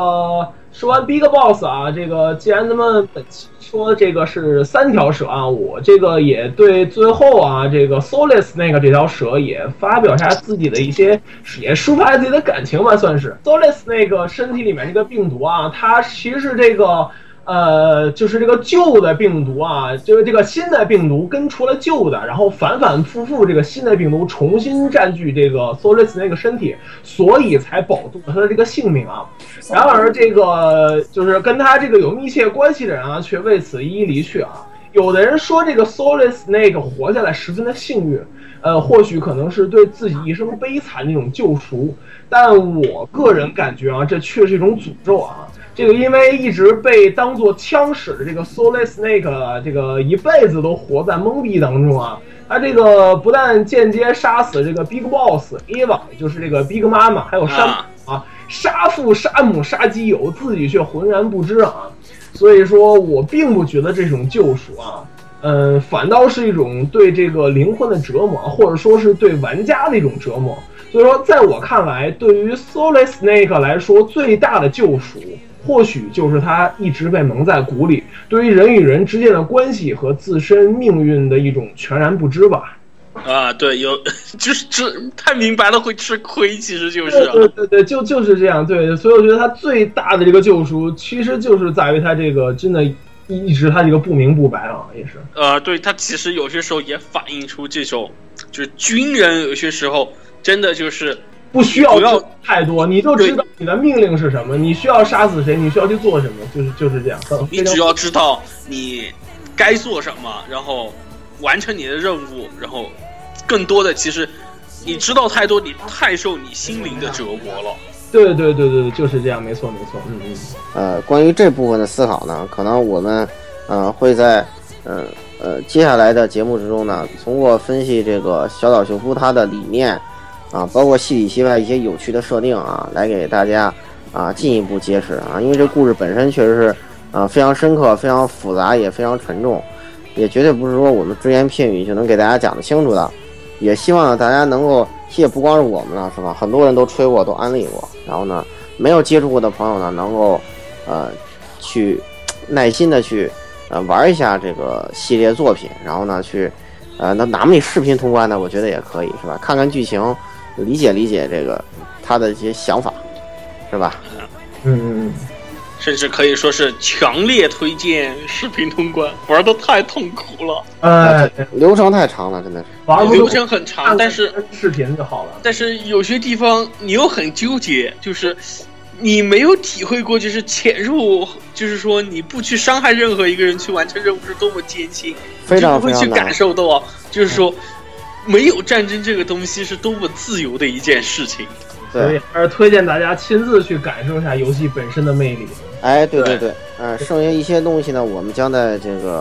S6: Big Boss 啊，这个既然咱们本期说这个是3条蛇啊，我这个也对最后啊这个 Solid Snake 这条蛇也发表一下自己的一些，也抒发自己的感情吧，算是。Solid Snake 身体里面这个病毒啊，它其实是这个就是这个旧的病毒啊，就是这个新的病毒根除了旧的，然后反反复复这个新的病毒重新占据这个 Solid Snake 身体，所以才保住了他的这个性命啊。然而这个就是跟他这个有密切关系的人啊，却为此一一离去啊。有的人说这个 Solid Snake 活下来十分的幸运，或许可能是对自己一生悲惨的一种救赎，但我个人感觉啊，这却是一种诅咒啊。这个因为一直被当作枪使的这个 Solid Snake 这个一辈子都活在懵逼当中啊，他这个不但间接杀死这个 Big Boss、Eva 也就是这个 Big 妈妈，还有山姆啊，杀父杀母杀基友，自己却浑然不知啊。所以说我并不觉得这种救赎啊，反倒是一种对这个灵魂的折磨，或者说是对玩家的一种折磨。所以说在我看来，对于 Solid Snake 来说，最大的救赎或许就是他一直被蒙在鼓里，对于人与人之间的关系和自身命运的一种全然不知吧。
S4: 啊，对，有就是太明白了会吃亏，其实就是、
S6: 对，就是这样，对，所以我觉得他最大的这个救赎，其实就是在于他这个真的一直他这个不明不白啊，也是。
S4: 对，他其实有些时候也反映出这种，就是军人有些时候真的就是
S6: 不需要太多，你就知道你的命令是什么，你需要杀死谁，你需要去做什么，就是这样。
S4: 你只要知道你该做什么，然后完成你的任务，然后更多的其实你知道太多，你太受你心灵的折磨了。
S6: 对，就是这样，没错。
S2: 关于这部分的思考呢，可能我们会在接下来的节目之中呢，通过分析这个小岛秀夫他的理念啊，包括戏里戏外一些有趣的设定啊，来给大家进一步揭示啊，因为这故事本身确实是非常深刻、非常复杂，也非常沉重，也绝对不是说我们只言片语就能给大家讲得清楚的。也希望大家能够，其实不光是我们了，是吧？很多人都吹过，都安利过，然后呢，没有接触过的朋友呢，能够去耐心的去玩一下这个系列作品，然后呢去那哪怕你视频通关呢，我觉得也可以，是吧？看看剧情，理解这个他的一些想法，是吧？
S4: 甚至可以说是强烈推荐视频通关，玩得太痛苦了。
S2: 流程太长了，真的
S4: 是。流程很长，但是
S6: 视频就好了。
S4: 但是有些地方你又很纠结，就是你没有体会过，就是潜入，就是说你不去伤害任何一个人去完成任务是多么艰辛，
S2: 非常
S4: 你就不会去感受到，就是说没有战争这个东西是多么自由的一件事情。
S6: 所以还是推荐大家亲自去感受一下游戏本身的魅力。
S2: 对，剩下一些东西呢，我们将在这个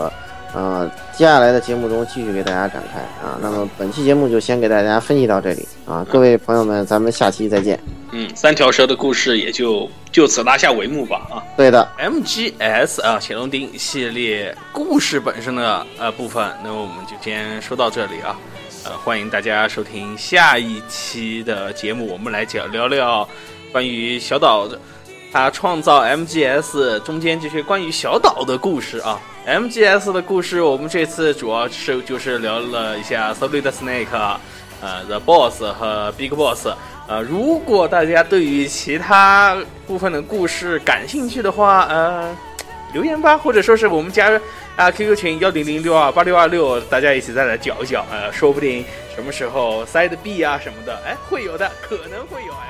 S2: 接下来的节目中继续给大家展开啊。那么本期节目就先给大家分析到这里啊，各位朋友们，咱们下期再见。
S4: 三条蛇的故事也就此拉下帷幕吧啊。
S2: 对的
S4: ，MGS 啊，潜龙谍影系列故事本身的部分，那么我们就先说到这里啊。欢迎大家收听下一期的节目，我们来聊聊关于小岛他创造 MGS 中间这些关于小岛的故事啊。MGS 的故事，我们这次主要就是聊了一下 Solid Snake、The Boss 和 Big Boss。如果大家对于其他部分的故事感兴趣的话，留言吧，或者说是我们加QQ 群1006288626，大家一起再来搅一搅，说不定什么时候 Side B 啊什么的，会有的，可能会有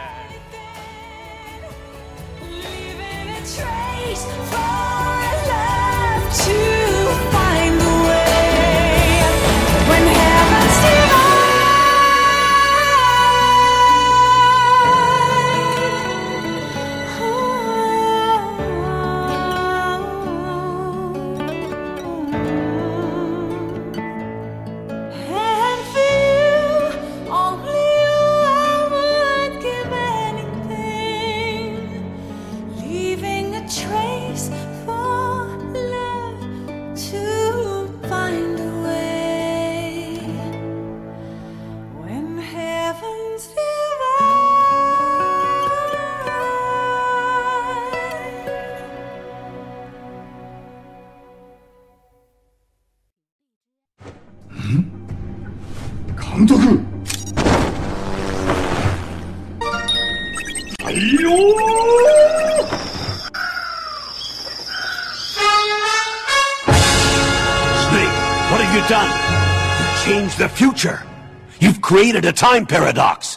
S5: 監督。はいよ
S7: Snake, what have you done? You changed the future. You've created a time paradox.